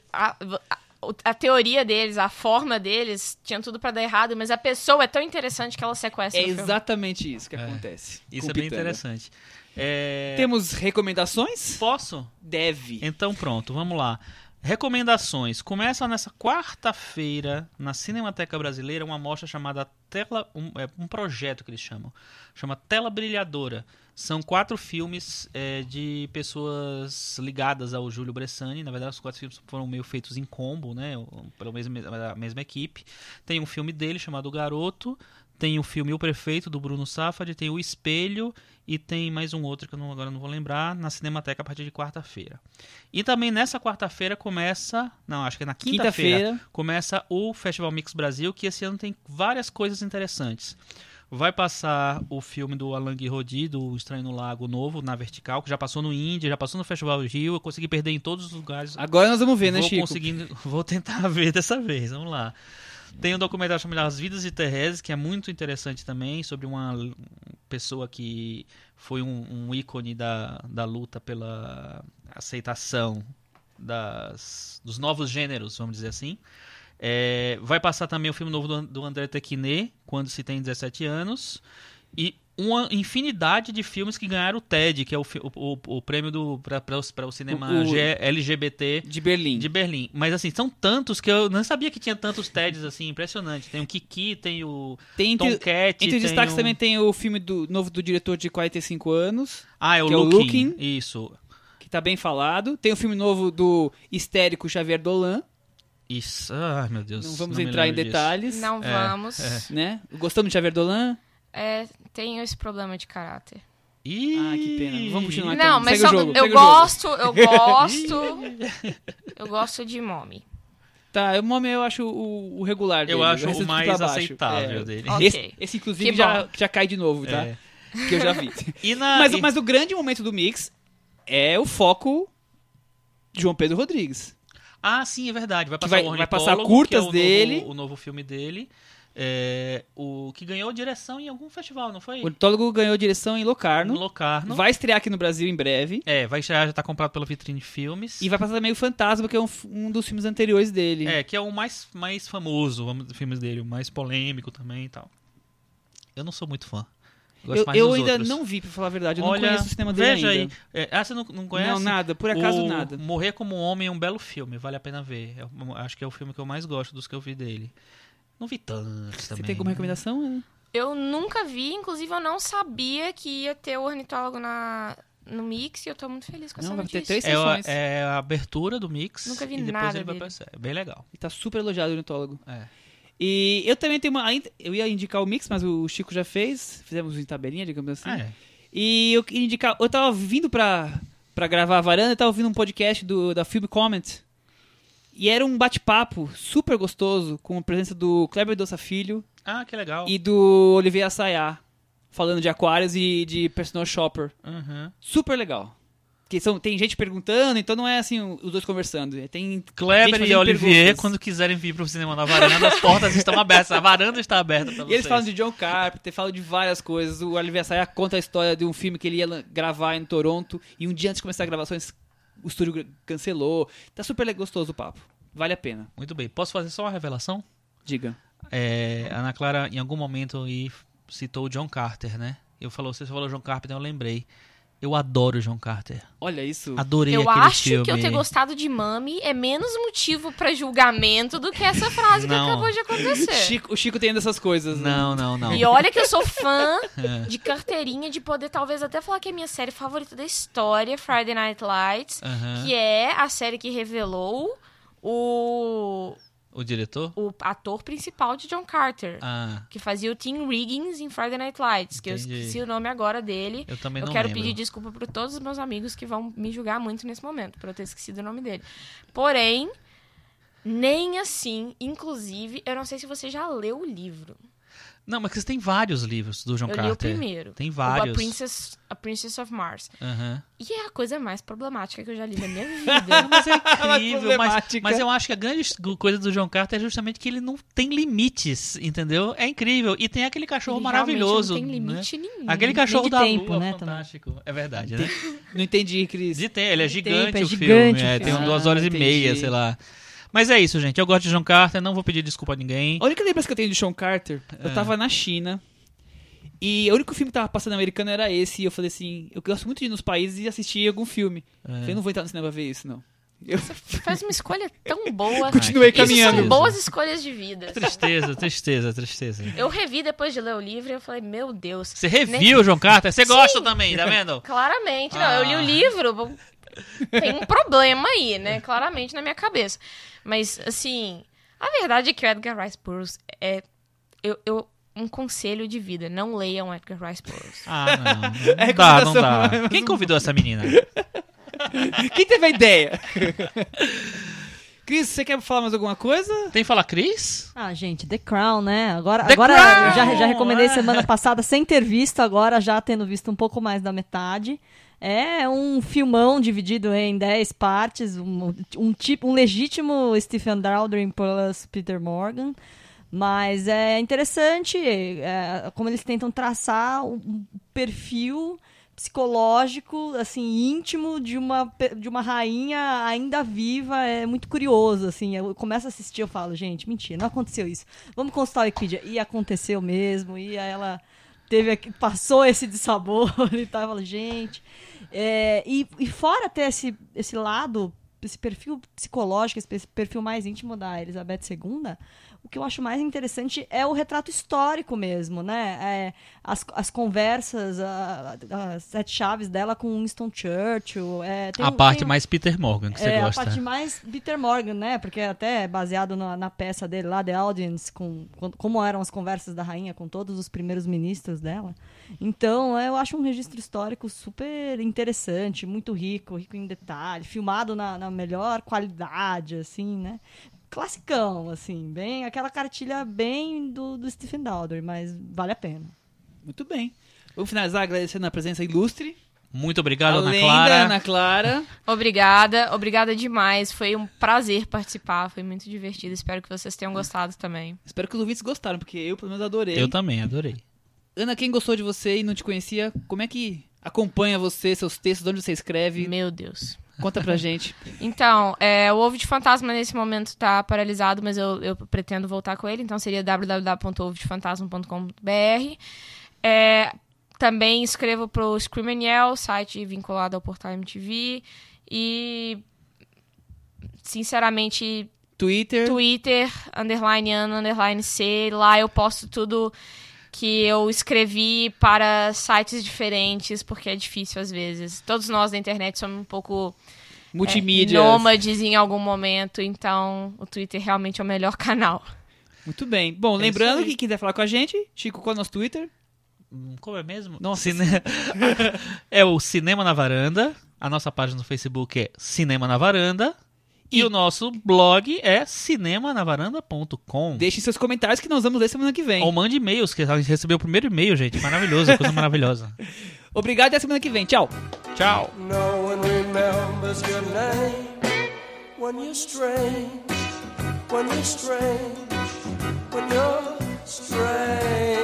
D: a teoria deles, a forma deles, tinha tudo pra dar errado, mas a pessoa é tão interessante que ela sequestra
B: É
D: o filme.
B: exatamente isso que acontece.
C: Isso
B: com
C: é
B: o
C: bem
B: Pitanga.
C: interessante.
B: Temos recomendações?
C: Posso?
B: Deve.
C: Então pronto, vamos lá. Recomendações. Começa nessa quarta-feira, na Cinemateca Brasileira, uma mostra chamada Tela... Um projeto que eles chamam. Chama Tela Brilhadora. São 4 filmes de pessoas ligadas ao Júlio Bressani. Na verdade, os 4 filmes foram meio feitos em combo, né? Pela mesma equipe. Tem um filme dele chamado O Garoto. Tem o filme O Prefeito, do Bruno Safad. Tem O Espelho. E tem mais um outro que eu agora não vou lembrar, na Cinemateca a partir de quarta-feira. E também nessa quarta-feira começa... Não, acho que é na quinta-feira. Começa o Festival Mix Brasil, que esse ano tem várias coisas interessantes. Vai passar o filme do Alain Guiraudy, do Estranho no Lago Novo, na Vertical, que já passou no Índia, já passou no Festival Rio. Eu consegui perder em todos os lugares.
B: Agora nós vamos ver, né, Chico?
C: Vou tentar ver dessa vez, vamos lá. Tem um documentário chamado As Vidas de Thérèse, que é muito interessante também, sobre uma pessoa que foi um ícone da luta pela aceitação dos novos gêneros, vamos dizer assim. Vai passar também o filme novo do André Tequinet, Quando se tem 17 anos. E uma infinidade de filmes que ganharam o TED, que é o prêmio para o cinema LGBT
B: De Berlim.
C: de Berlim. Mas assim, são tantos que eu não sabia que tinha tantos TEDs assim, impressionante. Tem o Kiki, tem o Tomcat.
B: Entre os destaques também tem o filme novo do diretor de 45 anos,
C: Ah, é o
B: que é o
C: Looking.
B: Looking.
C: Isso.
B: que tá bem falado. Tem o filme novo do histérico Xavier Dolan.
C: Isso. Ai, meu Deus.
B: Não vamos
C: me
B: entrar em
C: lembro disso.
B: detalhes.
D: Não vamos.
B: Né? Gostamos de Xavier Dolan?
D: Tenho esse problema de caráter.
C: Ih.
B: Ah, que pena. Vamos continuar então.
D: Não, mas
B: Segue o
D: só,
B: jogo,
D: eu
B: segue o jogo.
D: gosto de Mommy.
B: Tá, o Mommy eu acho o regular dele.
C: Eu acho
B: resto
C: o
B: tudo
C: mais
B: pra baixo.
C: aceitável dele.
D: Ok.
B: Esse inclusive,
D: Que
B: já cai de novo, tá?
C: É.
B: Que eu já vi.
C: Mas
B: Mas o grande momento do mix é o foco de João Pedro Rodrigues.
C: Ah, sim, é verdade. Vai
B: Que
C: passar
B: vai-
C: o
B: vai passar
C: Ornitólogo,
B: curtas
C: que é
B: dele.
C: o novo filme dele. O que ganhou direção em algum festival, não foi?
B: O ornitólogo ganhou direção em Locarno.
C: No Locarno.
B: Vai estrear aqui no Brasil em breve.
C: Vai já tá comprado pela Vitrine Filmes.
B: E vai passar também o Fantasma, que é um dos filmes anteriores dele.
C: Que é o mais famoso, vamos dizer, filmes dele, o mais polêmico também e tal. Eu não sou muito fã. Gosto mais
B: Eu
C: dos
B: ainda
C: outros.
B: não vi, pra falar a verdade. Eu
C: Olha,
B: não conheço o cinema dele
C: veja
B: ainda.
C: aí. Você não conhece?
B: Não, nada. Por acaso, nada.
C: Morrer como um Homem é um belo filme, vale a pena ver. Acho que é o filme que eu mais gosto dos que eu vi dele. Não vi tantos
B: Você
C: também.
B: tem alguma recomendação?
D: Eu nunca vi, inclusive eu não sabia que ia ter o ornitólogo no Mix e eu tô muito feliz com essa
B: Não, vai ter
D: notícia.
B: 3 sessões.
C: É a abertura do Mix.
D: Nunca vi
C: e depois
D: nada
C: ele vai
D: dele.
C: aparecer. É bem legal.
B: E tá super elogiado o ornitólogo.
C: É.
B: E eu também tenho eu ia indicar o Mix, mas o Chico já fez. Fizemos em tabelinha, digamos assim. E eu queria indicar... Eu tava vindo pra gravar a varanda, eu tava ouvindo um podcast da Film Comment. E era um bate-papo super gostoso, com a presença do Kleber Dossa Filho
C: Ah, que legal.
B: e do Olivier Assayas, falando de aquários e de personal shopper.
C: Uhum.
B: Super legal. Porque tem gente perguntando, então não é assim os dois conversando. Tem gente
C: Kleber e
B: fazendo
C: Olivier,
B: perguntas.
C: quando quiserem vir pro cinema na varanda, as portas estão abertas. A varanda está aberta pra vocês.
B: E eles falam de John Carpenter, falam de várias coisas. O Olivier Assayas conta a história de um filme que ele ia gravar em Toronto e um dia antes de começar as gravações o estúdio cancelou. Tá super gostoso o papo. Vale a pena.
C: Muito bem. Posso fazer só uma revelação?
B: Diga.
C: A Ana Clara, em algum momento, aí citou o John Carter, né? Você falou John Carpenter, eu lembrei. Eu adoro o John Carter.
B: Olha isso.
C: Adorei
D: Eu
C: aquele
D: acho
C: filme.
D: que eu ter gostado de Mummy é menos motivo pra julgamento do que essa frase que
C: Não.
D: acabou de acontecer.
B: O Chico tem dessas coisas. né?
C: Não.
D: E olha que eu sou fã de carteirinha, de poder talvez até falar que é a minha série favorita da história, Friday Night Lights,
C: Aham.
D: que é a série que revelou
C: O diretor?
D: o ator principal de John Carter.
C: Ah,
D: Que fazia o Tim Riggins em Friday Night Lights, que
C: Entendi.
D: eu esqueci o nome agora dele.
C: eu também
D: Eu
C: não
D: quero
C: lembro.
D: pedir desculpa para todos os meus amigos que vão me julgar muito nesse momento, por eu ter esquecido o nome dele. Porém, nem assim, inclusive, eu não sei se você já leu o livro.
C: Não, mas tem vários livros do John
D: Eu
C: Carter.
D: li o primeiro.
C: Tem
D: O
C: vários.
D: A Princess of Mars.
C: Aham.
D: E é a coisa mais problemática que eu já li na minha vida.
C: Mas é incrível,
B: problemática.
C: mas eu acho que a grande coisa do John Carter é justamente que ele não tem limites, entendeu? É incrível. E tem aquele cachorro
D: Ele
C: maravilhoso.
D: realmente não tem
C: né?
D: limite nenhum.
C: Aquele cachorro
E: de
C: da
E: tempo,
C: lua,
E: né,
C: fantástico. É verdade, né?
B: Não entendi, Cris.
C: Ele é gigante
E: tempo, é
C: o
E: gigante
C: filme.
E: o
C: É,
E: filme.
C: tem 2 horas e
B: entendi.
C: meia, sei lá. Mas é isso, gente. Eu gosto de John Carter, não vou pedir desculpa a ninguém.
B: A única lembrança que eu tenho de John Carter, eu tava na China. E o único filme que tava passando americano era esse. E eu falei assim, eu gosto muito de ir nos países e assistir algum filme. Eu falei, não vou entrar no cinema pra ver isso, não. Eu
D: Faz uma escolha tão boa.
B: continuei
C: Isso
B: caminhando.
D: São boas escolhas de vida.
C: Tristeza.
D: Eu revi depois de ler o livro e eu falei, meu Deus.
C: Você reviu, John Carter? Você gosta
D: Sim.
C: também, tá vendo?
D: Claramente, não. Eu li o livro, tem um problema aí, né? Claramente na minha cabeça. Mas, assim, a verdade é que o Edgar Rice Burroughs é... um conselho de vida, não leiam Edgar Rice Burroughs.
C: Ah, não.
B: É
C: Não dá.
B: recomendação.
C: Quem convidou essa menina?
B: Quem teve a ideia? Cris, você quer falar mais alguma coisa?
C: Tem que falar Cris?
E: Ah, gente, The Crown, né? Agora
C: The
E: eu
C: Crown!
E: já recomendei semana passada sem ter visto, agora já tendo visto um pouco mais da metade. É um filmão dividido em 10 partes, um legítimo Stephen Daldry plus Peter Morgan. Mas é interessante como eles tentam traçar um perfil psicológico, assim, íntimo de uma rainha ainda viva. É muito curioso, assim. Eu começo a assistir, eu falo, gente, mentira, não aconteceu isso. Vamos consultar a Wikipedia. E aconteceu mesmo, e aí ela passou esse dissabor e tal. Eu falo, gente... E fora ter esse lado, esse perfil psicológico, esse perfil mais íntimo da Elizabeth II, o que eu acho mais interessante é o retrato histórico mesmo, né? As conversas, as 7 chaves dela com Winston Churchill.
C: A parte mais Peter Morgan que você gosta.
E: A parte mais Peter Morgan, né? Porque é até baseado na peça dele lá, The Audience, como eram as conversas da rainha com todos os primeiros ministros dela. Então, eu acho um registro histórico super interessante, muito rico em detalhe, filmado na melhor qualidade, assim, né? Classicão, assim, bem aquela cartilha bem do Stephen Daldry, mas vale a pena.
B: Muito bem. Vamos finalizar agradecendo a presença ilustre.
C: Muito obrigado, Ana
B: Além
C: Clara.
B: da Ana Clara.
D: Obrigada demais. Foi um prazer participar, foi muito divertido. Espero que vocês tenham gostado também.
B: Espero que os ouvintes gostaram, porque eu, pelo menos, adorei.
C: Eu também, adorei.
B: Ana, quem gostou de você e não te conhecia, como é que acompanha você, seus textos, onde você escreve?
D: Meu Deus.
B: Conta pra gente.
D: Então, o Ovo de Fantasma nesse momento tá paralisado, mas eu pretendo voltar com ele, então seria www.ovodefantasma.com.br. Também escrevo pro Scream and Yell, site vinculado ao portal MTV. E, sinceramente,
B: Twitter.
D: _Ana_C. Lá eu posto tudo que eu escrevi para sites diferentes, porque é difícil às vezes. Todos nós da internet somos um pouco
B: Multimídias.
D: nômades em algum momento, então o Twitter realmente é o melhor canal.
B: Muito bem. Bom, lembrando que quiser falar com a gente, Chico, qual é o nosso Twitter?
C: Como é mesmo?
B: Nossa.
C: É o Cinema na Varanda. A nossa página no Facebook é Cinema na Varanda. E o nosso blog é cinemanavaranda.com.
B: Deixem seus comentários que nós vamos ler semana que vem.
C: Ou mande e-mails, que a gente recebeu o primeiro e-mail, gente. Maravilhoso, coisa maravilhosa.
B: Obrigado e até semana que vem. Tchau.
C: Tchau.
F: No one remembers your name when you're strange, when you're strange, when you're strange.